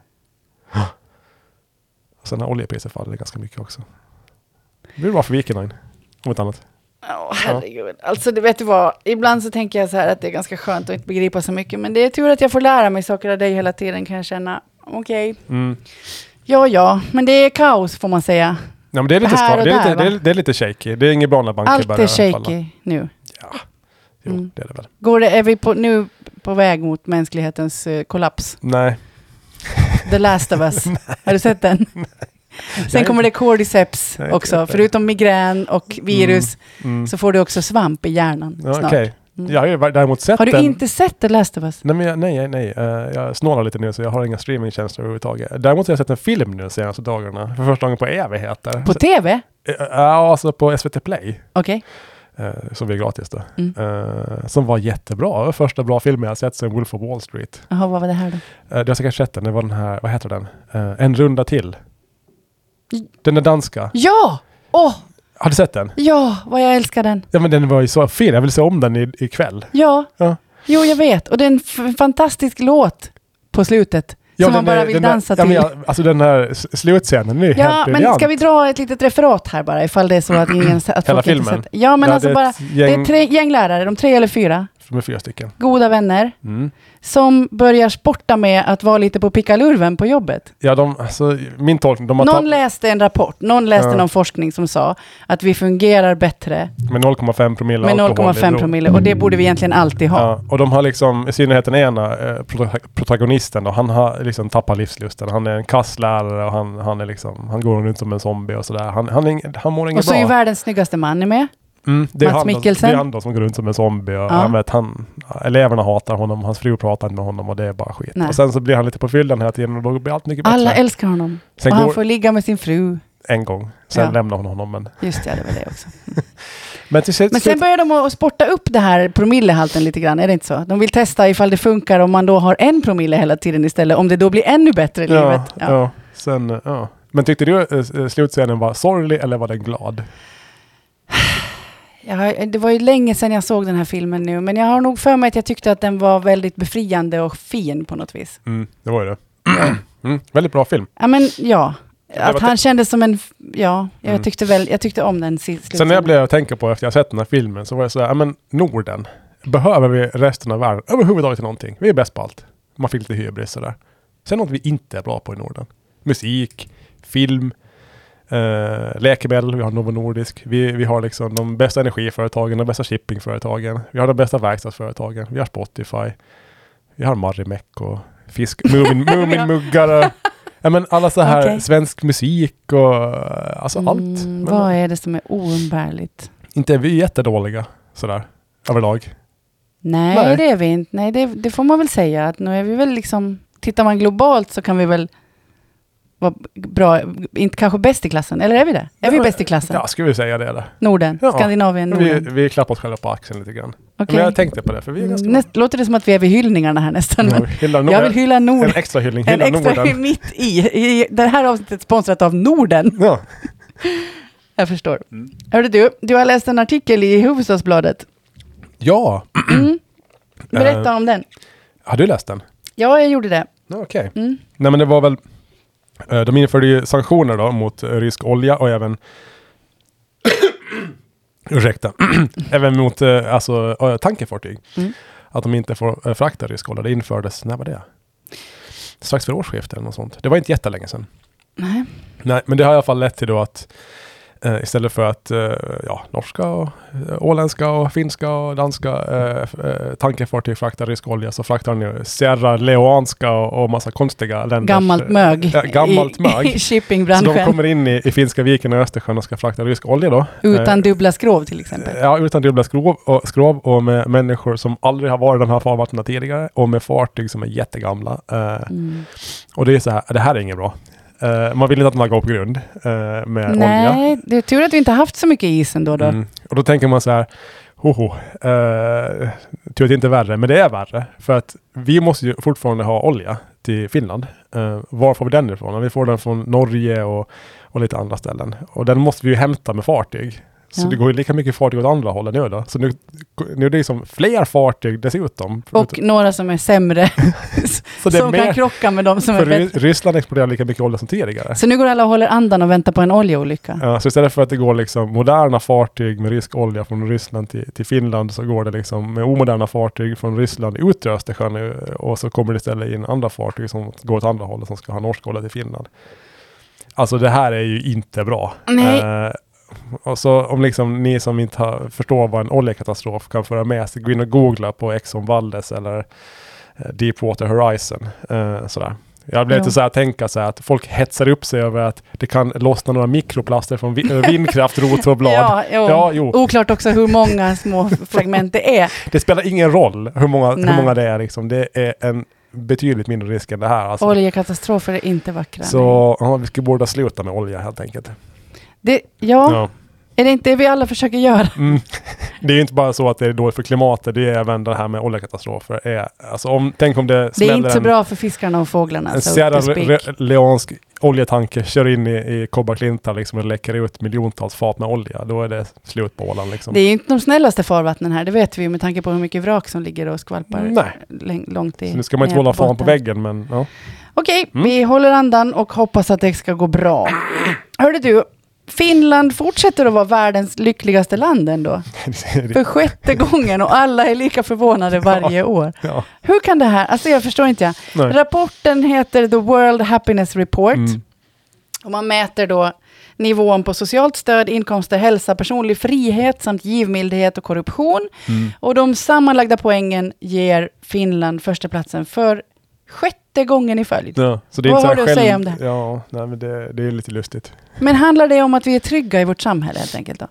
Och sen har oljepriset fallit ganska mycket också. Det blir bra för Vikenline, om ett annat. Herregud. Alltså, vet du vad? Ibland så tänker jag så här att det är ganska skönt att inte begripa så mycket. Men det är tur att jag får lära mig saker av dig hela tiden, kan jag känna. Okej. Ja. Men det är kaos, får man säga. Ja, men det är lite det är lite shaky. Det är inget bra när banker allt börjar är shaky falla. Nu. Ja, det är det väl. Är vi nu på väg mot mänsklighetens kollaps? Nej. The Last of Us. Har du sett den? Sen kommer det cordyceps också. Förutom migrän och virus så får du också svamp i hjärnan snart. Okej. Jag har ju däremot sett Har du inte sett The Last of Us? Nej. Jag snålar lite nu så jag har inga streamingtjänster överhuvudtaget. Däremot har jag sett en film nu de senaste dagarna. För första gången på evigheter. På TV? Ja, alltså på SVT Play. Okej. Som är gratis då. Som var jättebra. Första bra filmen jag har sett sen Wolf of Wall Street. Jaha, vad var det här då? Du har säkert sett den. Det var den här, vad heter den? En runda till. Den är danska. Ja! Har du sett den? Ja, vad jag älskar den. Ja, men den var ju så fin. Jag vill se om den ikväll. Ja. Jo, jag vet. Och det är en fantastisk låt på slutet. Som man bara vill dansa till. Alltså den här slutscenen är helt briljant. Men ska vi dra ett litet referat här bara, ifall det är så att ingen att hela filmen? Ja, men alltså bara, det är 3 gänglärare, de 3 eller 4. De är 4 stycken. Goda vänner. Som börjar sporta med att vara lite på pickalurven på jobbet. Ja, min tolkning... Någon läste en rapport, någon läste någon forskning som sa att vi fungerar bättre med 0,5 promille med 0,5 promille, och det borde vi egentligen alltid ha. Ja, och de har liksom, i synnerhet den ena protagonisten då, han har liksom tappat livslusten. Han är en kasslärare och han är liksom, han går runt som en zombie och sådär. Han mår inget bra. Och så är världens snyggaste man är med. Det är Mats Mikkelsen. Det är han då som går runt som en zombie och eleverna hatar honom, hans fru pratar inte med honom och det är bara skit. Nej. Och sen så blir han lite på fyllan hela tiden och då blir allt mycket bättre. Alla älskar honom. Sen och han får ligga med sin fru. En gång. Sen lämnar hon honom. Men... Just det, det var det också. Men sen börjar de att sporta upp det här promillehalten lite grann, är det inte så? De vill testa ifall det funkar om man då har 1 promille hela tiden istället, om det då blir ännu bättre i livet. Ja. Men tyckte du slutscenen var sorglig eller var den glad? Det var ju länge sedan jag såg den här filmen nu, men jag har nog för mig att jag tyckte att den var väldigt befriande och fin på något vis. Det var ju det. Väldigt bra film. Ja, men att han kändes som en... Ja, jag tyckte om den slutscenen. Sen när jag blev att tänka på efter jag sett den här filmen så var det så här, men Norden, behöver vi resten av världen överhuvudtaget till någonting? Vi är bäst på allt. Man fick lite hybris sådär. Sen något vi inte är bra på i Norden. Musik, film, läkemedel, vi har Novo Nordisk. Vi har liksom de bästa energiföretagen, de bästa shippingföretagen. Vi har de bästa verkstadsföretagen. Vi har Spotify. Vi har Marimek och Moomin-muggar. Ja, men alla så här svensk musik och allt. Vad är det som är oumbärligt? Inte är vi jättedåliga sådär överlag. Nej, det är vi inte. Nej, det får man väl säga. Att nu är vi väl liksom tittar man globalt så kan vi väl vara bra, inte kanske bäst i klassen. Eller är vi det? Är vi bäst i klassen? Ja, ska vi säga det eller? Norden, Skandinavien, Norden. Vi klappar oss själva på axeln lite grann. Okay. Men jag tänkte på det, för vi är ganska låter det som att vi är vid hyllningarna här nästan. Ja, jag vill hylla Norden. En extra hyllning, hylla Norden. Mitt i. Det här avsnittet är sponsrat av Norden. Ja. Jag förstår. Hörde du har läst en artikel i Hufvudstadsbladet. Ja. Berätta om den. Har du läst den? Ja, jag gjorde det. Okej. Nej, men det var väl... De införde ju sanktioner då mot rysk olja och även... ursäkta. även mot tankerfartyg. Att de inte får frakta rysk olja. Det infördes, när var det? Strax för årsskiftet eller något sånt. Det var inte jättelänge sedan. Nej, men det har i alla fall lett till då att istället för att norska och åländska och finska och danska tankerfartyg fraktar rysk olja, så fraktar de ju Sierra Leoneanska och massa konstiga länder. Gammalt mög. Gammalt mög. I shippingbranschen. Så de kommer in i Finska viken och Östersjön och ska frakta rysk olja då. Utan dubbla skrov till exempel. Ja, utan dubbla skrov och med människor som aldrig har varit i de här farvattnen tidigare och med fartyg som är jättegamla. Och det är så här, det här är inget bra. Man vill inte att man går på grund med olja. Nej, det är tur att vi inte haft så mycket is ändå då. Och då tänker man så här, tur att det inte är värre, men det är värre. För att vi måste ju fortfarande ha olja till Finland. Var får vi den ifrån? Vi får den från Norge och lite andra ställen. Och den måste vi ju hämta med fartyg. Så det går ju lika mycket fartyg åt andra hållet nu då. Så nu är det liksom fler fartyg dessutom. Och några som är sämre. Så som kan krocka med dem som är bättre. Ryssland exporterar lika mycket olja som tidigare. Så nu går alla och håller andan och väntar på en oljeolycka. Ja, så istället för att det går liksom moderna fartyg med rysk olja från Ryssland till Finland, så går det liksom med omoderna fartyg från Ryssland ut i Östersjön. Och så kommer det istället in andra fartyg som går åt andra hållet som ska ha norsk olja till Finland. Alltså det här är ju inte bra. Nej. Och så om liksom ni som inte förstår vad en oljekatastrof kan föra med sig, gå in och googla på Exxon Valdez eller Deepwater Horizon. Sådär. Jag blir lite så här tänka så här att folk hetsar upp sig över att det kan lossna några mikroplaster från vindkraftrotorblad. Oklart också hur många små fragment det är. Det spelar ingen roll hur många det är. Liksom. Det är en betydligt mindre risk än det här. Alltså. Oljekatastrofer är inte vackra. Så vi borde sluta med olja helt enkelt. Är det inte det vi alla försöker göra? Det är ju inte bara så att det är dåligt för klimatet, det är även det här med oljekatastrofer. Tänk om det är inte så bra för fiskarna och fåglarna. En Sierra Leoneansk oljetanker kör in i Kobaklinta liksom, och läcker ut miljontals fat med olja. Då är det slut på Åland. Liksom. Det är ju inte de snällaste farvattnen här, det vet vi med tanke på hur mycket vrak som ligger och skvalpar långt i. Så nu ska man inte hålla fan på väggen, men ja. Okej, vi håller andan och hoppas att det ska gå bra. Hörde du, Finland fortsätter att vara världens lyckligaste land ändå. För 6:e gången och alla är lika förvånade varje år. Ja. Hur kan det här? Alltså jag förstår inte. Rapporten heter The World Happiness Report. Och man mäter då nivån på socialt stöd, inkomster, hälsa, personlig frihet samt givmildhet och korruption. Och de sammanlagda poängen ger Finland första platsen för 6:e gången i följd. Ja, så det är vad har du att säga om det? Ja, nej, men det är lite lustigt. Men handlar det om att vi är trygga i vårt samhälle helt enkelt då?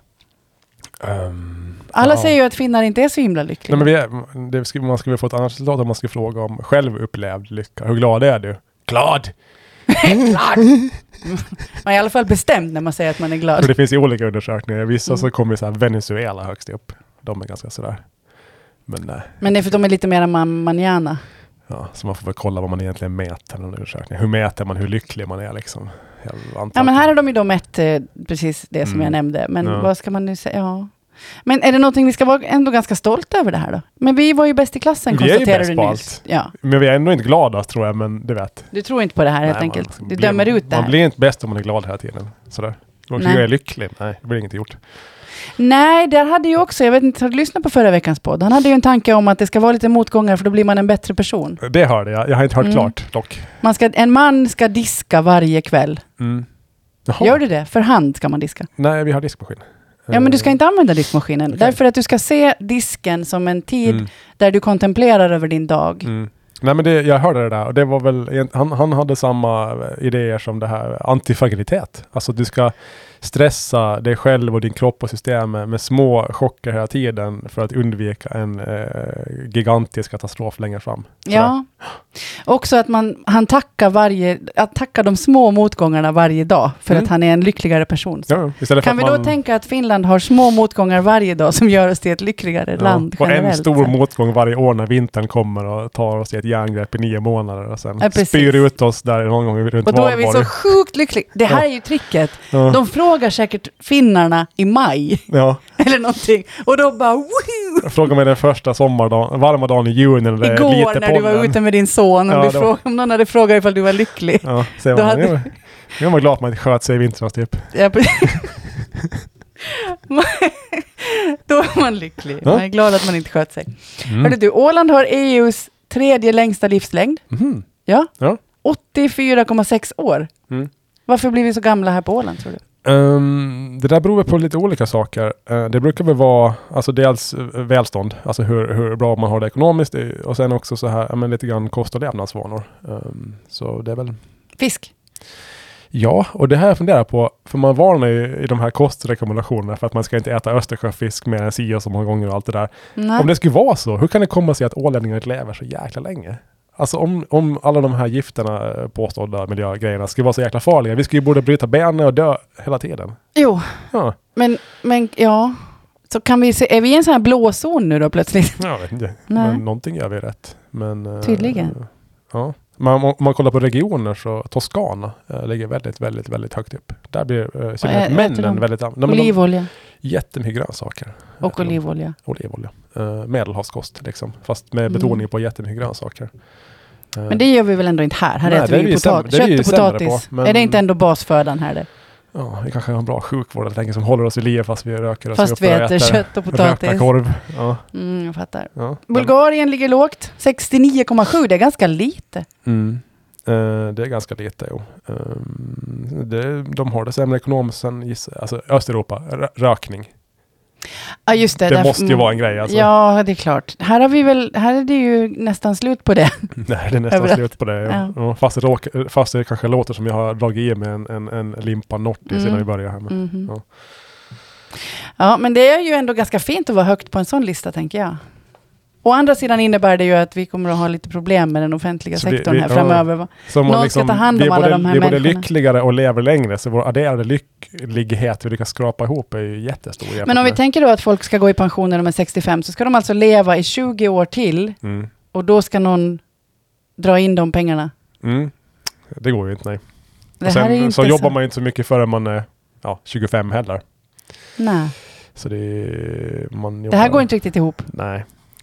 Alla säger ju att finnar inte är så himla lyckliga. Nej, men man ska väl få ett annat resultat om man ska fråga om självupplevd lycka. Hur glad är du? Glad! Glad! Man är i alla fall bestämd när man säger att man är glad. För det finns ju olika undersökningar. Vissa så kommer så här Venezuela högst upp. De är ganska sådär. Men det är för att de är lite mer manjana. Ja, så man får väl kolla vad man egentligen mäter. Hur mäter man hur lycklig man är liksom? Ja, men här har de ju då mätt precis det som jag nämnde. Men vad ska man nu säga? Ja. Men är det någonting vi ska vara ändå ganska stolta över det här då? Men vi var ju bäst i klassen, konstaterar du nyss. Ja. Men vi är ändå inte glada, tror jag, men du vet. Du tror inte på det här helt enkelt? Du dömer ut det här? Man blir inte bäst om man är glad hela tiden. Sådär. Om jag är lycklig, nej, det blir inget gjort. Nej, där hade ju också, jag vet inte, har du lyssnat på förra veckans podd? Han hade ju en tanke om att det ska vara lite motgångar för då blir man en bättre person. Det hörde jag har inte hört klart dock. En man ska diska varje kväll. Gör du det? För hand ska man diska. Nej, vi har diskmaskin. Ja, men du ska inte använda diskmaskinen. Okay. Därför att du ska se disken som en tid där du kontemplerar över din dag. Nej, men jag hörde det där. Och det var väl, han hade samma idéer som det här antifragilitet. Alltså du ska stressa dig själv och din kropp och system med små chocker hela tiden för att undvika en gigantisk katastrof längre fram. Ja, också att han tackar de små motgångarna varje dag för att han är en lyckligare person. Ja, kan vi då tänka att Finland har små motgångar varje dag som gör oss till ett lyckligare land generellt? Och en stor motgång varje år när vintern kommer och tar oss i ett järngrepp i 9 månader och sen spyr ut oss där någon gång runt och då är vi så sjukt lyckliga. Det här är ju tricket. Ja. De frågar säkert finnarna i maj. Ja. Eller någonting. Och då bara woohoo! Jag frågade mig den första sommardagen, varma dagen i juni när det är lite pollen. Igår när du var ute med din son och om någon hade frågat ifall du var lycklig. Ja, så jag var glad att man inte sköt sig i vintras typ. Ja, då är man lycklig. Ja. Man är glad att man inte sköt sig. Hörde du, Åland har EUs 3:e längsta livslängd. Ja. 84,6 år. Varför blir vi så gamla här på Åland, tror du? Det där beror på lite olika saker. Det brukar väl vara alltså dels välstånd, alltså hur bra man har det ekonomiskt och sen också så här lite grann kost- och levnadsvanor. Så det är väl... Fisk? Ja, och det här jag funderar på, för man varnar ju i de här kostrekommendationerna för att man ska inte äta östersjöfisk mer än si och så många gånger och allt det där. Nej. Om det skulle vara så, hur kan det komma sig att ålänningar lever så jäkla länge? Alltså om alla de här gifterna, påstådda miljögrejerna, skulle vara så jäkla farliga. Vi skulle ju borde bryta benen och dö hela tiden. Jo, men ja. Så kan vi se, är vi i en sån här blåzon nu då plötsligt? Jag vet inte, men någonting gör vi rätt. Men, tydligen. Ja. Men om man kollar på regioner så Toscana ligger väldigt, väldigt, väldigt högt upp. Där blir männen väldigt... Olivolja. Jättemycket grönsaker. Och olivolja. Olivolja. Medelhavskost liksom. Fast med betoning på jättemycket grönsaker. Men det gör vi väl ändå inte här? Här äter vi kött och potatis. På, men... Är det inte ändå basfödan här det? Ja, vi kanske har en bra sjukvård helt enkelt som håller oss i liv fast vi röker. Fast vi äter kött och potatis. Rökta korv. Ja. Jag fattar. Ja. Bulgarien ligger lågt. 69,7. Det är ganska lite. Det är ganska lite, jo. De har det sämre ekonomiskt än alltså Östeuropa. Rökning. Ja, just det. Det måste ju vara en grej. Alltså. Ja, det är klart. Här är det ju nästan slut på det. Nej, det är nästan slut på det. Ja. Fast det kanske låter som jag har dragit i med en limpa Nortis innan vi börjar här med. Ja, men det är ju ändå ganska fint att vara högt på en sån lista, tänker jag. Å andra sidan innebär det ju att vi kommer att ha lite problem med den offentliga sektorn här framöver. Någon ska ta hand om alla de här människorna. Vi är både lyckligare och lever längre, så vår adderade lycklighet vi lyckas skrapa ihop är ju jättestor. Men om vi tänker då att folk ska gå i pension när de är 65, så ska de alltså leva i 20 år till och då ska någon dra in de pengarna. Det går ju inte, nej. Och sen så jobbar man ju inte så mycket förrän man är 25 heller. Nej. Så det här går inte riktigt ihop. Nej.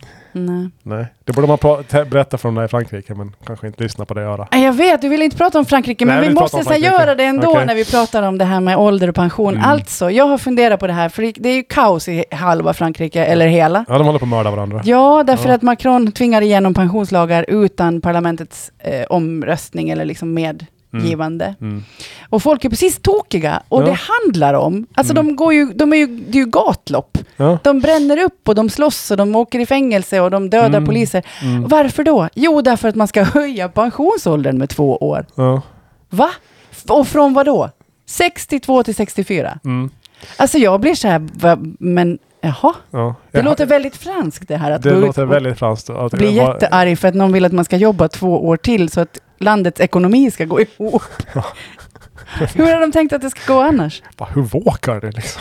Det borde man berätta från i Frankrike, men kanske inte lyssna på det göra. Jag vet, du vill inte prata om Frankrike, men vi måste göra det ändå när vi pratar om det här med ålder och pension. Alltså, jag har funderat på det här, för det är ju kaos i halva Frankrike, eller hela. Ja, de håller på att mörda varandra. Ja, därför att Macron tvingar igenom pensionslagar utan parlamentets omröstning eller liksom medgivande. Och folk är precis tokiga, och det handlar om, alltså det är ju gatlopp. Ja. De bränner upp och de slåss och de åker i fängelse och de dödar poliser. Varför då? Jo, därför att man ska höja pensionsåldern med 2 år. Ja. Va? Och från vad då? 62 till 64. Alltså jag blir så här, men jaha. Ja. Det låter väldigt franskt det här. Att det låter väldigt franskt. Att bli jättearg för att någon vill att man ska jobba 2 år till så att landets ekonomi ska gå ihop. Ja. Hur har de tänkt att det ska gå annars? Hur vågar det liksom?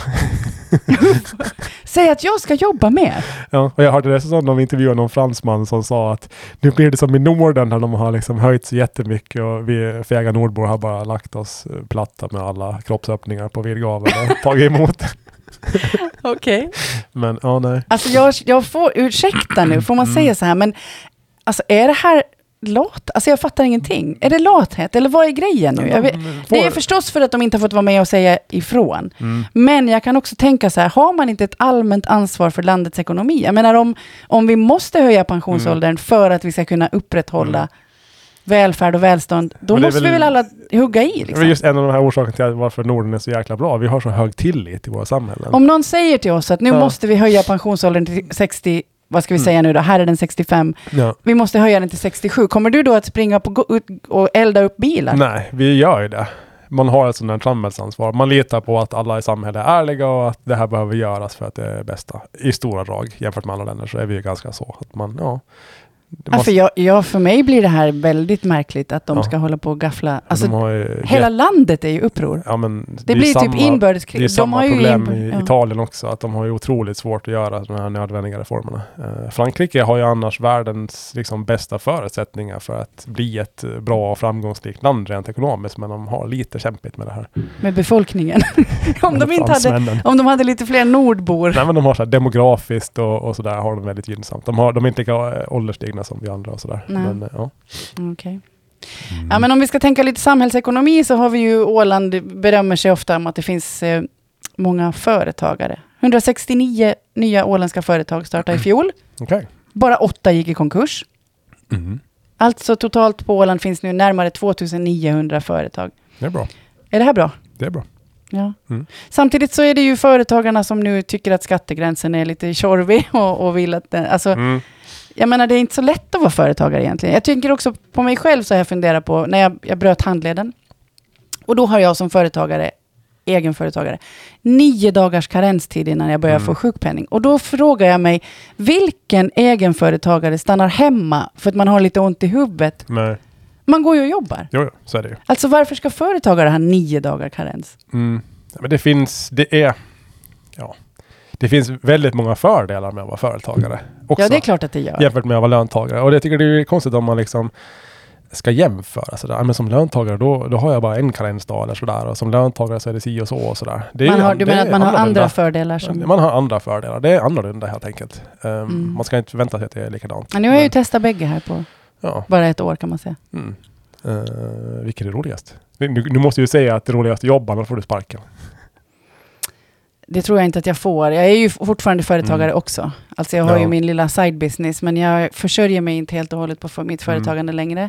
Säg att jag ska jobba mer. Ja, och jag hörde det så de intervjuade någon fransman som sa att nu blir det som i Norden där de har liksom höjt så jättemycket och vi fäga nordbor har bara lagt oss platta med alla kroppsöppningar på vidgavel och tagit emot. Okej. Men nej. Alltså jag får ursäkta nu, får man säga så här, men alltså är det här lat? Alltså jag fattar ingenting. Är det lathet? Eller vad är grejen nu? Det är förstås för att de inte har fått vara med och säga ifrån. Men jag kan också tänka så här, har man inte ett allmänt ansvar för landets ekonomi? Jag menar om vi måste höja pensionsåldern för att vi ska kunna upprätthålla välfärd och välstånd, då måste vi väl alla hugga i. Liksom. Det är just en av de här orsakerna till varför Norden är så jäkla bra. Vi har så hög tillit i våra samhällen. Om någon säger till oss att nu måste vi höja pensionsåldern till 60, vad ska vi säga nu då? Här är den 65. Ja. Vi måste höja den till 67. Kommer du då att springa på och elda upp bilar? Nej, vi gör ju det. man har ett sådant här samhällsansvar. Man litar på att alla i samhället är ärliga och att det här behöver göras för att det är det bästa. I stora drag jämfört med andra länder så är vi ju ganska så. Att man, för mig blir det här väldigt märkligt att de ska hålla på och gaffla. Alltså, hela landet är ju uppror. Ja, men det blir typ inbördeskrig. Det är samma problem i Italien också. Att de har ju otroligt svårt att göra de här nödvändiga reformerna. Frankrike har ju annars världens liksom, bästa förutsättningar för att bli ett bra och framgångsrikt land rent ekonomiskt. Men de har lite kämpigt med det här. Med befolkningen. om de hade lite fler nordbor. Nej, men de har så här demografiskt och sådär har de väldigt gynnsamt. De är inte lika ålderstigna som vi andra och sådär. Men, ja. Okay. Ja, men om vi ska tänka lite samhällsekonomi så har vi ju Åland berömmer sig ofta om att det finns många företagare. 169 nya åländska företag startade i fjol. Okay. Bara 8 gick i konkurs. Alltså totalt på Åland finns nu närmare 2900 företag. Det är bra. Är det här bra? Det är bra. Ja. Samtidigt så är det ju företagarna som nu tycker att skattegränsen är lite tjorvig och vill att den, alltså jag menar, det är inte så lätt att vara företagare egentligen. Jag tänker också på mig själv så jag funderar på när jag bröt handleden. Och då har jag som egenföretagare 9 dagars karenstid innan jag börjar få sjukpenning. Och då frågar jag mig, vilken egenföretagare stannar hemma för att man har lite ont i huvudet? Nej. Man går ju och jobbar. Jo, så är det ju. Alltså varför ska företagare ha 9 dagar karens? Men det finns väldigt många fördelar med att vara företagare också. Ja, det är klart att det gör. Jämfört med att vara löntagare. Och jag tycker det är konstigt om man liksom ska jämföra sådär. Men som löntagare då har jag bara en karensdag eller sådär. Och som löntagare så är det si och så och sådär. Du menar att man har andra fördelar? Man har andra fördelar. Det är annorlunda helt enkelt. Man ska inte vänta sig att det är likadant. Men nu har jag ju testat bägge här på bara ett år kan man säga. Vilket är roligast? Nu måste ju säga att det roligaste jobbar, annars får du sparken. Det tror jag inte att jag får. Jag är ju fortfarande företagare också. Alltså jag har ju min lilla side business. Men jag försörjer mig inte helt och hållet på mitt företagande längre.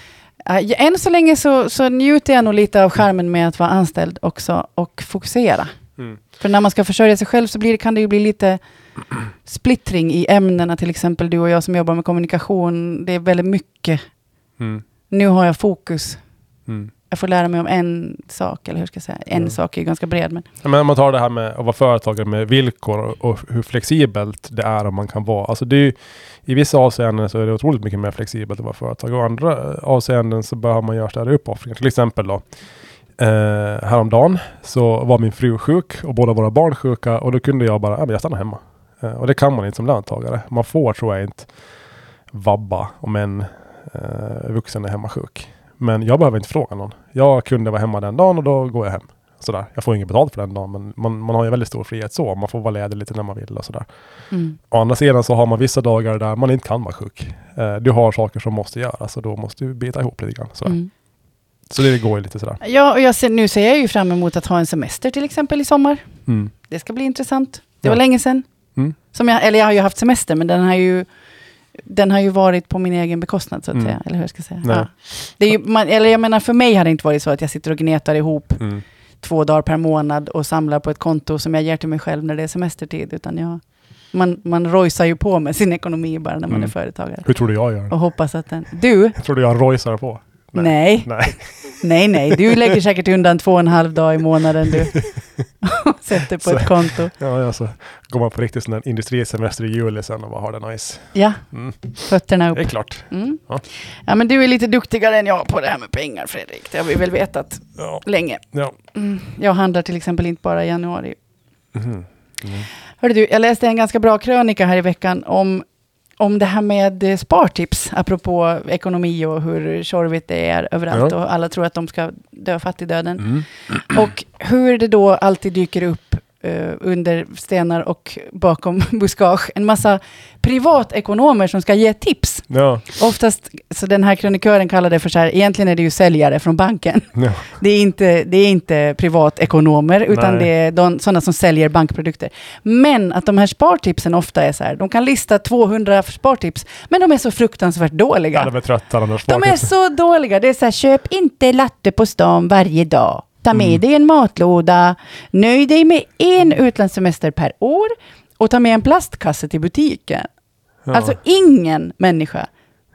Än så länge så njuter jag nog lite av charmen med att vara anställd också. Och fokusera. För när man ska försörja sig själv så kan det ju bli lite splittring i ämnena. Till exempel du och jag som jobbar med kommunikation. Det är väldigt mycket. Nu har jag fokus. Jag får lära mig om en sak, eller hur ska jag säga? En sak är ganska bred. Men om man tar det här med att vara företagare med villkor och hur flexibelt det är om man kan vara. Alltså det är ju, i vissa avseenden så är det otroligt mycket mer flexibelt att vara företagare. Och andra avseenden så behöver man göra större uppoffringar. Till exempel då, häromdagen så var min fru sjuk och båda våra barn sjuka. Och då kunde jag bara, jag stannar hemma. Och det kan man inte som löntagare. Man får, tror jag, inte vabba om en vuxen är hemma sjuk. Men jag behöver inte fråga någon. Jag kunde vara hemma den dagen och då går jag hem. Sådär. Jag får inget betalt för den dagen, men man har ju väldigt stor frihet så. Man får vara ledig lite när man vill och sådär. Å andra sidan så har man vissa dagar där man inte kan vara sjuk. Du har saker som måste göras och då måste du bita ihop lite grann. Sådär. Så det går ju lite sådär. Ja, och nu ser jag ju fram emot att ha en semester till exempel i sommar. Det ska bli intressant. Det var länge sedan. Jag har ju haft semester, men den har ju varit på min egen bekostnad så att säga, eller hur jag ska säga. Ja. Det är ju, jag menar för mig har det inte varit så att jag sitter och gnetar ihop 2 dagar per månad och samlar på ett konto som jag ger till mig själv när det är semestertid, utan man rojsar ju på med sin ekonomi bara när man är företagare. Hur tror du jag gör? Och hoppas att du... Jag tror du jag rojsar på? Nej. Du lägger säkert undan 2,5 dagar i månaden du. Och sätter på ett konto. Ja, så går man på riktigt sån här industrisemester i juli sen och bara har det nice. Ja, fötterna upp. Det är klart. Ja, men du är lite duktigare än jag på det här med pengar, Fredrik. Det har vi väl vetat länge. Ja. Jag handlar till exempel inte bara i januari. Hörde du, jag läste en ganska bra krönika här i veckan om det här med spartips, apropå ekonomi och hur tjorvigt det är överallt och alla tror att de ska dö fattigdöden. Och hur det då alltid dyker upp under stenar och bakom buskage en massa privatekonomer som ska ge tips. Ja. Oftast, så den här kronikören kallar det för så här, egentligen är det ju säljare från banken. Ja. Det är inte privatekonomer, utan det är sådana som säljer bankprodukter. Men att de här spartipsen ofta är så här, de kan lista 200 spartips, men de är så fruktansvärt dåliga. Ja, de är trötta, de är så dåliga. Det är så här, köp inte latte på stan varje dag. Ta med dig en matlåda, nöj dig med en utlandssemester per år och ta med en plastkasse till butiken. Ja. Alltså ingen människa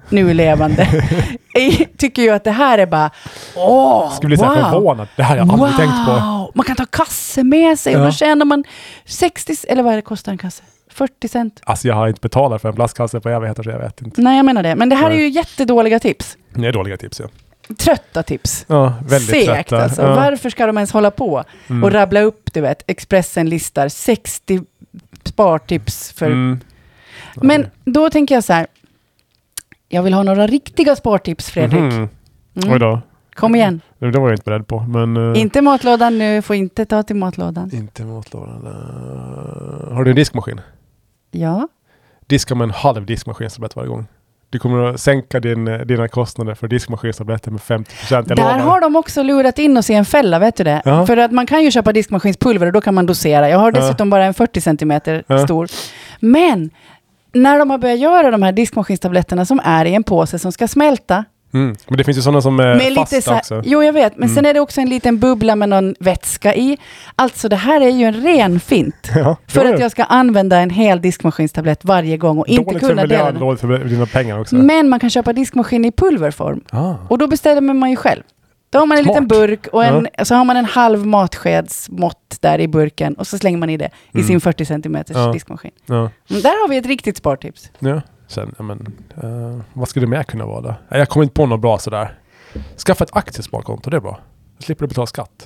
nu levande tycker ju att det här är bara Ska bli så här förvånad. Det här har jag aldrig tänkt på. Man kan ta kasse med sig och då tjänar man 60, eller vad är det kostar en kasse? 40 cent. Alltså jag har inte betalat för en plastkasse på evigheter så jag vet inte. Nej, jag menar det. Men det här är ju jättedåliga tips. Det är dåliga tips, ja. Trötta tips. Ja, väldigt segt, trötta. alltså. Ja. Varför ska de ens hålla på och rabbla upp, du vet, Expressen listar 60 spartips för... Men då tänker jag så här, jag vill ha några riktiga spartips, Fredrik. Oj då. Kom igen. Det var jag inte beredd på. Men, inte matlådan nu, får inte ta till matlådan. Inte matlådan. Har du en diskmaskin? Ja. Diska med en halv diskmaskinstablet varje gång. Du kommer att sänka dina kostnader för diskmaskinstabletter med 50%. Där har de också lurat in oss i en fälla, vet du det? Ja. För att man kan ju köpa diskmaskinspulver och då kan man dosera. Jag har dessutom bara en 40 centimeter stor. Men när de har börjat göra de här diskmaskinstabletterna som är i en påse som ska smälta. Men det finns ju sådana som är fasta också. Jo, jag vet. Men sen är det också en liten bubbla med någon vätska i. Alltså det här är ju en ren fint. För att jag ska använda en hel diskmaskinstablett varje gång och inte kunna dela den. Dåligt för dina pengar också. Men man kan köpa diskmaskin i pulverform. Och då beställer man ju själv. Då har man en liten burk och så har man en halv matskedsmått där i burken och så slänger man i det i sin 40 centimeters diskmaskin. Där har vi ett riktigt spartips. Ja. Sen, vad skulle det mer kunna vara då? Jag kommer inte på något bra sådär. Skaffa ett aktiesparkonto, det är bra. Då slipper du betala skatt.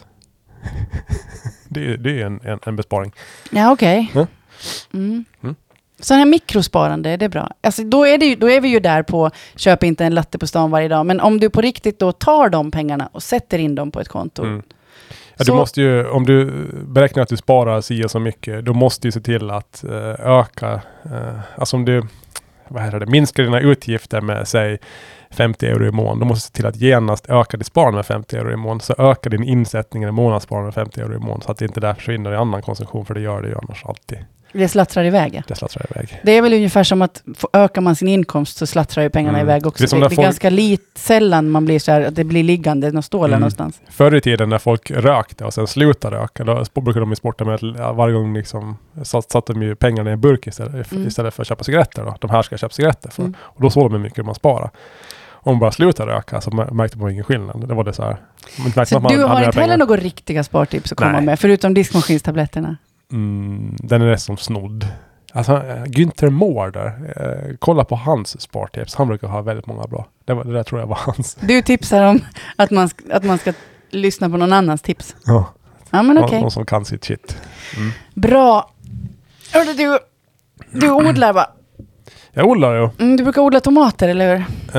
det är en besparing. Ja, okej. Sån här mikrosparande, det är bra. Alltså, då är vi ju där på köp inte en latte på stan varje dag. Men om du på riktigt då tar de pengarna och sätter in dem på ett konto. Ja, du måste ju, om du beräknar att du sparar si och så mycket, då måste du se till att öka, alltså om du minskar dina utgifter med säg 50 euro i månaden, då måste du se till att genast öka ditt sparande med 50 euro i månaden, så ökar din insättning i månadssparande med 50 euro i månaden, så att det inte där försvinner i annan konsumtion, för det gör det ju annars alltid. Det slattrar iväg. Det Det är väl ungefär som att ökar man sin inkomst så slattrar ju pengarna iväg också. Det är ganska sällan man blir så här att det blir liggande någon stålar någonstans. Förr i tiden när folk rökte och sen slutade röka, då brukade de ju sporta med att varje gång liksom satte de ju pengarna i en burk istället för att köpa cigaretter. Då. De här ska köpa cigaretter för. Och då såg de hur mycket man sparar. Om man bara slutar röka så märkte man ingen skillnad. Det var det så här. Så du har inte heller några riktiga spartips att komma med, förutom diskmaskinstabletterna? Den är som snodd. Alltså Günther Mård där. Kolla på hans spartips. Han brukar ha väldigt många bra. Det där tror jag var hans. Du tipsar om att man ska lyssna på någon annans tips. Ja. Ja, men okej. Någon som kan sitt shit. Bra. Hörde du odlar, va? Jag odlar ju. Du brukar odla tomater, eller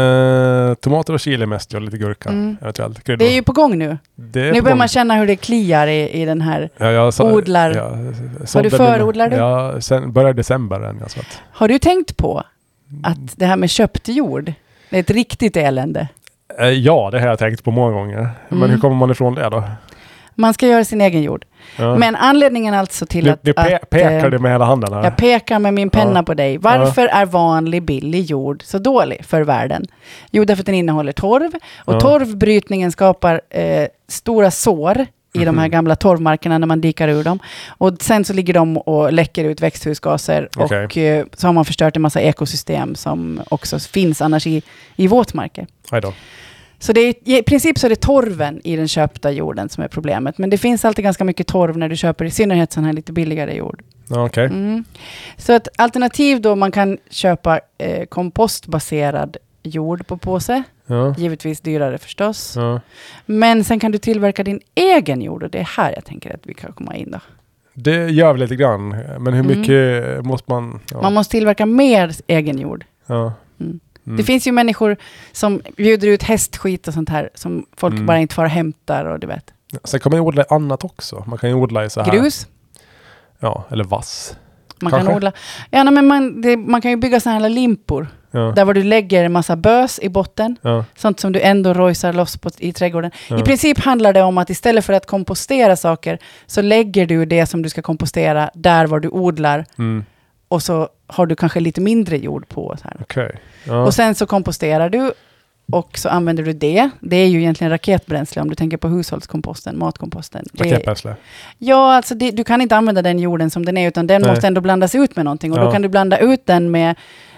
hur? Tomater och chili mest, och lite gurka eventuellt. Det är ju på gång nu. Nu börjar man känna hur det kliar i den här odlar. Har du förodlar du? Ja, sen börjar december än. Så att. Har du tänkt på att det här med köpt jord, det är ett riktigt elände? Ja, det har jag tänkt på många gånger. Men hur kommer man ifrån det då? Man ska göra sin egen jord. Ja. Men anledningen alltså till du pekar det med hela handen här. Jag pekar med min penna på dig. Varför är vanlig billig jord så dålig för världen? Jo, därför att den innehåller torv. Och torvbrytningen skapar stora sår i de här gamla torvmarkerna när man dikar ur dem. Och sen så ligger de och läcker ut växthusgaser. Okay. Och så har man förstört en massa ekosystem som också finns annars i våtmarker. Hej då. Så det är, i princip så är det torven i den köpta jorden som är problemet. Men det finns alltid ganska mycket torv när du köper i synnerhet sån här lite billigare jord. Okay. Så ett alternativ då, man kan köpa kompostbaserad jord på påse. Ja. Givetvis dyrare förstås. Ja. Men sen kan du tillverka din egen jord, och det är här jag tänker att vi kan komma in då. Det gör vi lite grann. Men hur mycket måste man... Ja. Man måste tillverka mer egen jord. Ja. Det finns ju människor som bjuder ut hästskit och sånt här som folk bara inte får hämtar, och du vet. Sen kan man ju odla annat också. Man kan ju odla i så här... Grus? Ja, eller vass. Man kan odla... Ja, men man kan ju bygga såna här limpor. Ja. Där var du lägger en massa bös i botten. Ja. Sånt som du ändå rojsar loss i trädgården. Ja. I princip handlar det om att istället för att kompostera saker så lägger du det som du ska kompostera där var du odlar. Och så har du kanske lite mindre jord på. Så här. Okay. Ja. Och sen så komposterar du och så använder du det. Det är ju egentligen raketbränsle om du tänker på hushållskomposten, matkomposten. Raketbränsle? Ja, alltså du kan inte använda den jorden som den är, utan den måste ändå blandas ut med någonting. Och då kan du blanda ut den med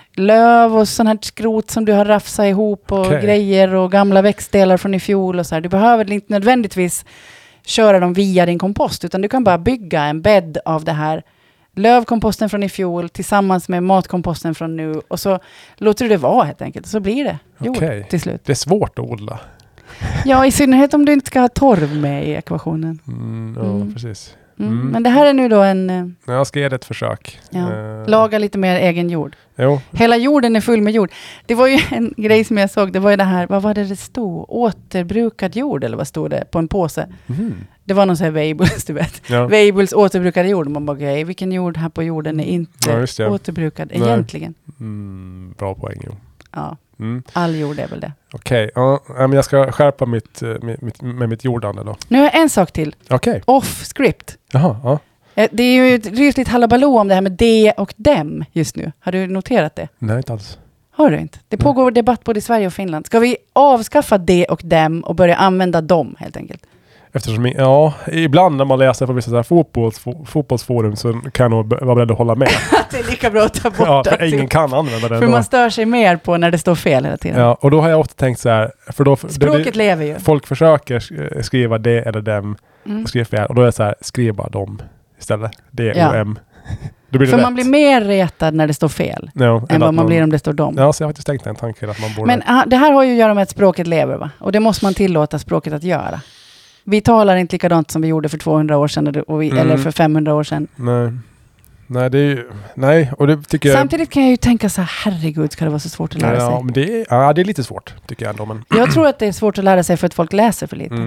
löv och sån här skrot som du har rafsat ihop och grejer och gamla växtdelar från i fjol och så här. Du behöver inte nödvändigtvis köra dem via din kompost, utan du kan bara bygga en bädd av det här lövkomposten från i fjol tillsammans med matkomposten från nu, och så låter du det vara helt enkelt, och så blir det jord till slut. Det är svårt att odla. Ja, i synnerhet om du inte ska ha torv med i ekvationen. Ja, precis. Men det här är nu då en... Jag ska ge det ett försök. Ja. Laga lite mer egen jord. Jo. Hela jorden är full med jord. Det var ju en grej som jag såg. Det var ju det här, vad var det stod? Återbrukad jord, eller vad stod det på en påse? Det var någon sån här Weibuls, du vet. Ja. Weibuls återbrukade jord. Man bara, okej, vilken jord här på jorden är inte återbrukad egentligen? Bra poäng, jo. Ja, all jord är väl det. Okej, men jag ska skärpa mitt jordande då. Nu har jag en sak till. Okej. Off script. Jaha, ja. Det är ju ett rysligt halabaloo om det här med de och dem just nu. Har du noterat det? Nej, inte alls. Har du inte? Det pågår debatt både i Sverige och Finland. Ska vi avskaffa de och dem och börja använda dem helt enkelt? Eftersom, ibland när man läser på vissa fotbollsforum så kan jag nog vara beredd att hålla med. Det är lika bra att ta bort för ingen kan använda det. För man stör sig mer på när det står fel hela tiden. Ja, och då har jag ofta tänkt så här. För då, språket lever ju. Folk försöker skriva det eller dem och skriva fel. Och då är det så här, skriv bara dem istället. D och M. Då blir det för man blir mer retad när det står fel än vad man blir om det står dem. Ja, så jag har faktiskt tänkt en tanke att man borde... Men det här har ju att göra med att språket lever, va? Och det måste man tillåta språket att göra. Vi talar inte likadant som vi gjorde för 200 år sedan eller för 500 år sedan. Nej, det är ju... Nej, och det tycker samtidigt kan jag ju tänka så här, herregud, ska det vara så svårt att lära sig? Ja, men det är lite svårt, tycker jag ändå. Men... Jag tror att det är svårt att lära sig för att folk läser för lite.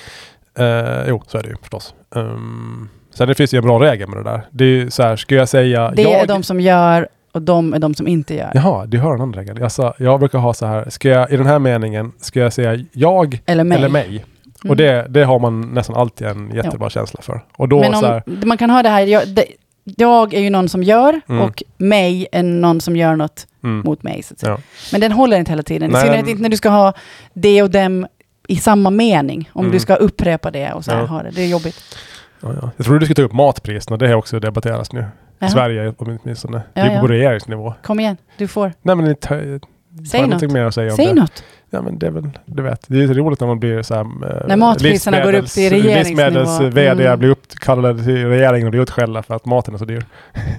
Jo, så är det ju förstås. Sen det finns ju en bra regel med det där. Det är ju så här, ska jag säga... Det är de som gör och de är de som inte gör. Jaha, du hör en annan regel. Jag brukar ha så här, i den här meningen, ska jag säga jag eller mig? Och det har man nästan alltid en jättebra känsla för. Och då men så här, man kan ha det här, jag är ju någon som gör och mig är någon som gör något mot mig. Så att säga. Ja. Men den håller inte hela tiden. I synnerhet inte när du ska ha det och dem i samma mening. Om du ska upprepa det och så här ha det. Det är jobbigt. Ja. Jag tror du ska ta upp matpriserna. Det har också debatterats nu. I Sverige åtminstone. Det är på regeringsnivå. Kom igen, du får. Nej, men säg något. Mer att säga om säg det. Något. Ja, men det är väl, du vet. Det är roligt när man blir så här... när matpriserna går upp till regeringsnivå. Livsmedels-vd blir uppkallade till regeringen och blir utskällda för att maten är så dyr.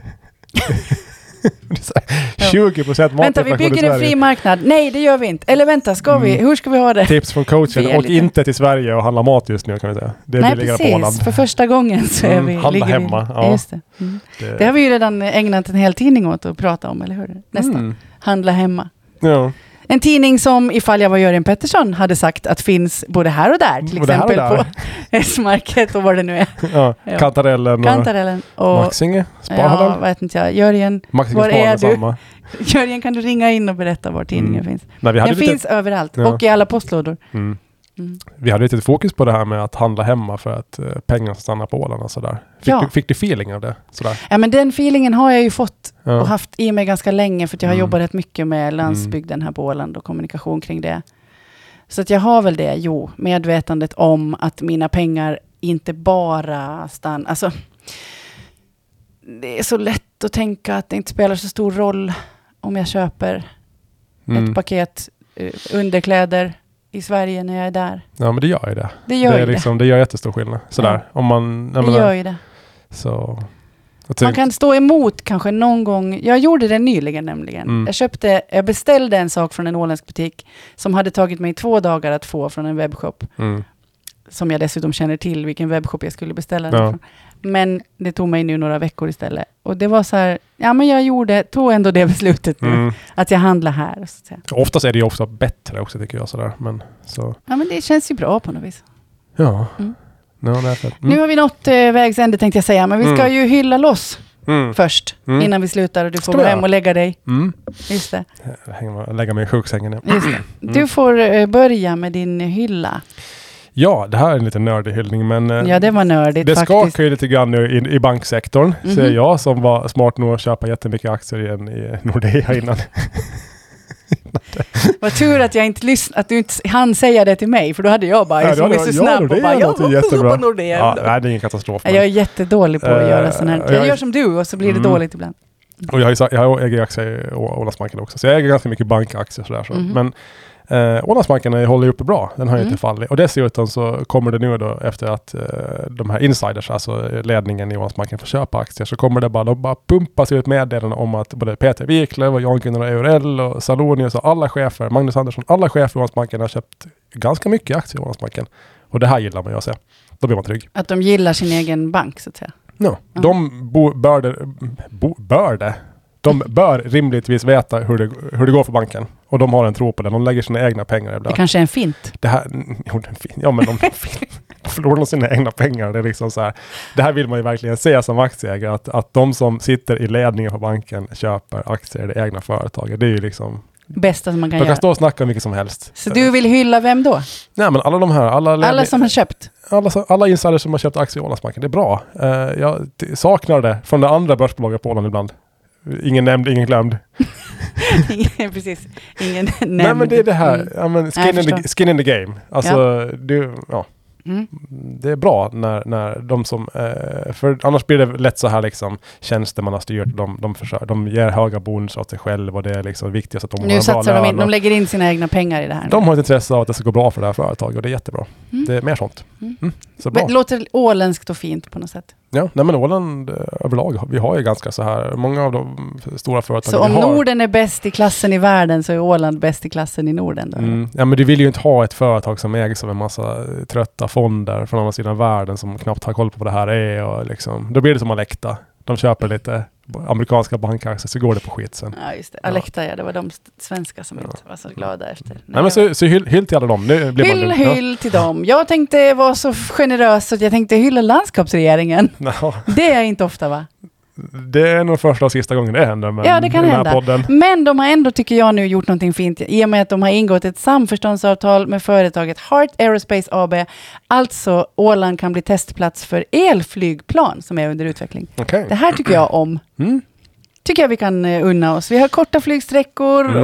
20% mat. Vänta, vi bygger en fri marknad. Nej, det gör vi inte. Eller vänta, hur ska vi ha det? Tips från coachen. Och inte till Sverige och handla mat just nu, kan vi säga. Det är billigare på Åland. För första gången så är vi... handla hemma. Ja. Just det. Det har vi ju redan ägnat en hel tidning åt att prata om, eller hur? Nästan. Handla hemma. Ja. En tidning som, ifall jag var Jörgen Pettersson, hade sagt att finns både här och där. Till exempel på S-market och vad det nu är. Ja. Kantarellen och Maxinge. Ja, vet inte jag. Jörgen, var är du? Jörgen, kan du ringa in och berätta var tidningen finns? Nej, den finns överallt och i alla postlådor. Vi hade lite fokus på det här med att handla hemma för att pengarna stannar på Åland och sådär. Fick du feeling av det? Sådär? Ja, men den feelingen har jag ju fått och haft i mig ganska länge, för att jag har jobbat rätt mycket med landsbygden här på Åland och kommunikation kring det. Så att jag har väl det, medvetandet om att mina pengar inte bara stannar. Alltså, det är så lätt att tänka att det inte spelar så stor roll om jag köper ett paket underkläder i Sverige när jag är där. Ja, men det gör ju det. Det gör det gör jättestor skillnad. Sådär. Om man, det gör ju det. Så, man kan stå emot kanske någon gång. Jag gjorde det nyligen nämligen. Jag beställde en sak från en åländsk butik som hade tagit mig 2 dagar att få från en webbshop. Som jag dessutom känner till vilken webbshop jag skulle beställa den från. Men det tog mig nu några veckor istället. Och det var så här, men jag tog ändå det beslutet nu, att jag handlar här. Så att säga. Oftast är det ju ofta bättre också, tycker jag. Sådär. Men, så. Ja, men det känns ju bra på något vis. Ja. Nu har vi nått vägs ände, tänkte jag säga. Men vi ska ju hylla loss först, innan vi slutar. Och du får gå hem och lägga dig. Just det. Lägga mig i sjuksängen. Just det. Du får börja med din hylla. Ja, det här är en liten nördig hyllning, men det var nördigt, det skakar ju lite grann nu i banksektorn. Så jag som var smart nog att köpa jättemycket aktier i Nordea innan. Vad tur att jag inte att du inte hann säga det till mig, för då hade jag bara så snabb och bara, jättebra. Nordea. Ja, nej, det är ingen katastrof. Jag är jättedålig på att göra sån här. Jag gör som du och så blir det dåligt ibland. Och jag äger aktier i Ålandsbanken också. Så jag äger ganska mycket bankaktier och sådär. Så. Men Ålandsbanken håller ju uppe bra. Den har ju inte fallit. Och dessutom så kommer det nu då efter att de här insiders, alltså ledningen i Ålandsbanken får köpa aktier, så kommer det bara pumpas ut meddelanden om att både Peter Wiklöf och Jan-Gunnar Eurell och Salonius och alla chefer, Magnus Andersson, alla chefer i Ålandsbanken har köpt ganska mycket aktier i Ålandsbanken. Och det här gillar man ju att se. Då blir man trygg. Att de gillar sin egen bank så att säga. No. De bör rimligtvis veta hur det går för banken. Och de har en tro på det. De lägger sina egna pengar ibland. Det kanske är en fint. Det här, ja, men de förlorar sina egna pengar. Det är liksom så här. Det här vill man ju verkligen se som aktieägare. Att de som sitter i ledningen för banken köper aktier i det egna företaget. Det är ju liksom bästa som man kan göra. De kan göra. stå och snacka mycket som helst. Så du vill hylla vem då? Nej, men alla de här. Alla som har köpt? Alla insiders som har köpt aktier i Ålandsbanken. Det är bra. Jag saknar det från det andra börsbolaget på Åland ibland. Ingen nämnd, ingen glömd. Precis. Ingen nämnd. Nej, men det är det här. Ja, men skin in the game. Alltså, det är bra när de som... för annars blir det lätt så här liksom tjänstemannastyrt. De ger höga bonusar åt sig själv och det är liksom viktigast att de har nu en bra satsar lön. de lägger in sina egna pengar i det här. De har ett intresse av att det ska gå bra för det här företaget och det är jättebra. Det är mer sånt. Så bra. Det låter åländskt och fint på något sätt. Ja, nej, men Åland överlag, vi har ju ganska så här, många av de stora företagen. Så om Norden är bäst i klassen i världen så är Åland bäst i klassen i Norden då? Ja, men du vill ju inte ha ett företag som ägs av en massa trötta fonder från andra sidan världen som knappt har koll på vad det här är och liksom, då blir det som Alecta. De köper lite amerikanska bankaktier så går det på skit sen. Ja, just det. Alecta, det var de svenska som inte var så glada efter. Nej, men så hyll till alla dem. Nu blir hyll till dem. Jag tänkte vara så generös att jag tänkte hylla landskapsregeringen. No. Det är inte ofta, va? Det är nog första och sista gången det händer. Men ja, det kan hända. Podden. Men de har ändå, tycker jag, nu gjort någonting fint i och med att de har ingått ett samförståndsavtal med företaget Heart Aerospace AB. Alltså, Åland kan bli testplats för elflygplan som är under utveckling. Okay. Det här tycker jag om. Tycker jag vi kan unna oss. Vi har korta flygsträckor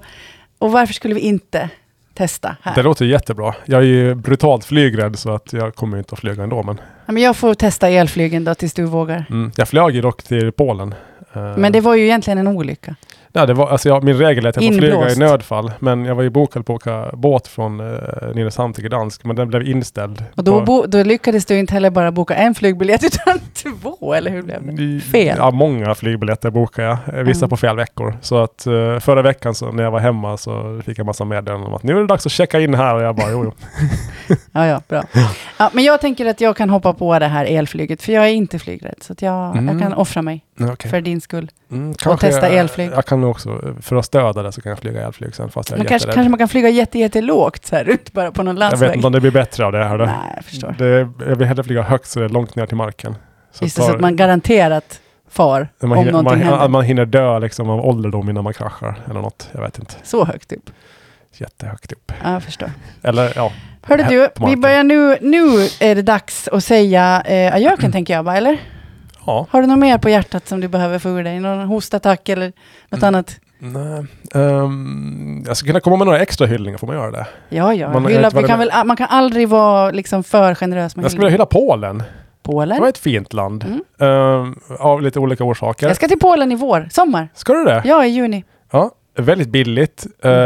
och varför skulle vi inte testa här? Det låter jättebra. Jag är ju brutalt flygrädd så att jag kommer inte att flyga ändå. Men jag får testa elflygen då tills du vågar. Jag flög ju dock till Polen. Men det var ju egentligen en olycka. Ja, det var, alltså min regel är att jag får flyga i nödfall. Men jag var ju bokad på att åka båt från Nynäshamn till Gdansk. Men den blev inställd. Och då lyckades du inte heller bara boka en flygbiljett utan 2, eller hur blev det? Fel. Ja, många flygbiljetter bokade jag. Vissa på fel veckor. Så att förra veckan så, när jag var hemma så fick jag massa meddelanden om att nu är det dags att checka in här. Och jag bara, jo. Ja, bra. Ja, men jag tänker att jag kan hoppa på det här elflyget. För jag är inte flygrädd. Så att jag kan offra mig för din skull. Och testa elflyg. Jag kan också, för att stödja det så kan jag flyga elflyg sen fast jag är jätterädd. Kanske man kan flyga jättelågt så här ut bara på någon landsväg. Jag vet inte om det blir bättre av det här då. Nej, jag förstår. Jag vill hellre flyga högt så det är långt ner till marken. Så att man garanterat far om någonting händer. Man hinner dö liksom av ålderdom innan man kraschar eller något. Jag vet inte. Så högt upp. Jättehögt upp. Ja, jag förstår. Eller ja. Hörde du, vi börjar nu är det dags att säga ajöken tänker jag bara, eller? Ja. Har du något mer på hjärtat som du behöver få ur dig? Någon hostattack eller något annat? Nej. Jag ska kunna komma med några extra hyllningar, får man göra det? Ja. Man kan aldrig vara liksom för generös med jag skulle vilja hylla Polen. Polen? Det var ett fint land. Av lite olika orsaker. Jag ska till Polen i sommar. Ska du det? Ja, i juni. Ja, väldigt billigt.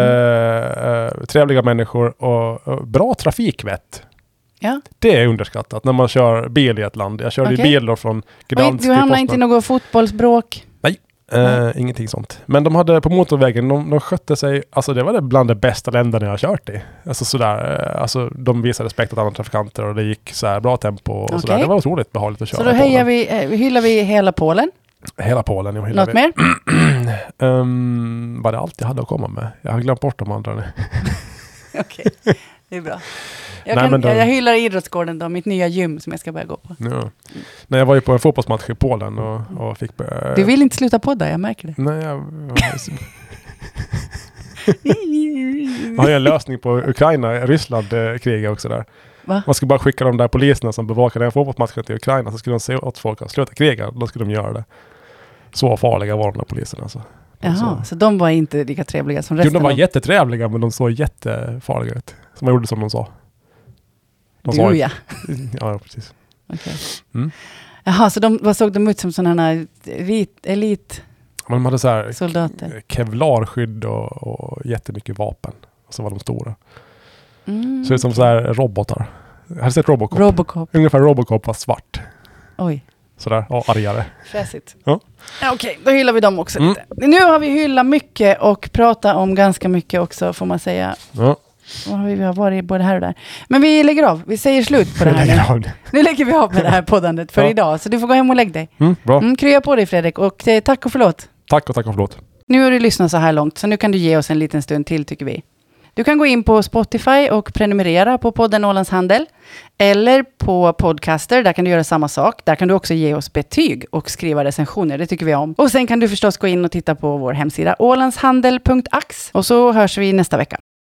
Trevliga människor och bra trafikvett. Ja. Det är underskattat när man kör bil i ett land. Jag körde bil då från Gdansk till Du hamnar inte i något fotbollsbråk? Nej, ingenting sånt. Men de hade på motorvägen, de skötte sig, alltså det var bland de bästa länderna jag har kört i. Alltså sådär, alltså de visade respekt åt andra trafikanter och det gick så här bra tempo och sådär. Det var otroligt behagligt att köra. Så då hyllar vi hela Polen? Hela Polen, jo. Något mer? Vad det alltid hade att komma med. Jag har glömt bort de andra nu. Okej, det är bra. Jag hyllar idrottsgården då, mitt nya gym som jag ska börja gå på. Ja. Nej, jag var ju på en fotbollsmatch i Polen och fick... Du vill inte sluta podda, jag märker det. Nej, jag har ju en lösning på Ukraina-Ryssland-kriget också där. Va? Man ska bara skicka de där poliserna som bevakar den fotbollsmatchen till Ukraina så skulle de se åt folk att sluta kriga. Då skulle de göra det. Så farliga var de där poliserna. Alltså. Jaha, så de var inte lika trevliga som resten? Jo, de var jättetrevliga men de såg jättefarliga ut. Så man gjorde som de sa. Ja, precis. Okay. Jaha, så vad såg de ut som sådana här elit? Men de hade så här soldater. kevlarskydd och jättemycket vapen. Och så var de stora. Så det är som så här robotar. Har du sett Robocop? Robocop. Ungefär Robocop var svart. Oj. Sådär, och argare. Fräsigt. Ja. Okej, då hyllar vi dem också lite. Nu har vi hyllat mycket och pratat om ganska mycket också, får man säga. Ja. Vi har varit både här och där. Men vi lägger av. Vi säger slut på det här nu. Nu lägger vi av med det här poddandet för idag. Så du får gå hem och lägga dig. Bra. Krya på dig, Fredrik. Och tack och förlåt. Tack och förlåt. Nu har du lyssnat så här långt, så nu kan du ge oss en liten stund till, tycker vi. Du kan gå in på Spotify och prenumerera på podden Ålands Handel. Eller på Podcaster, där kan du göra samma sak. Där kan du också ge oss betyg och skriva recensioner, det tycker vi om. Och sen kan du förstås gå in och titta på vår hemsida ålandshandel.ax. Och så hörs vi nästa vecka.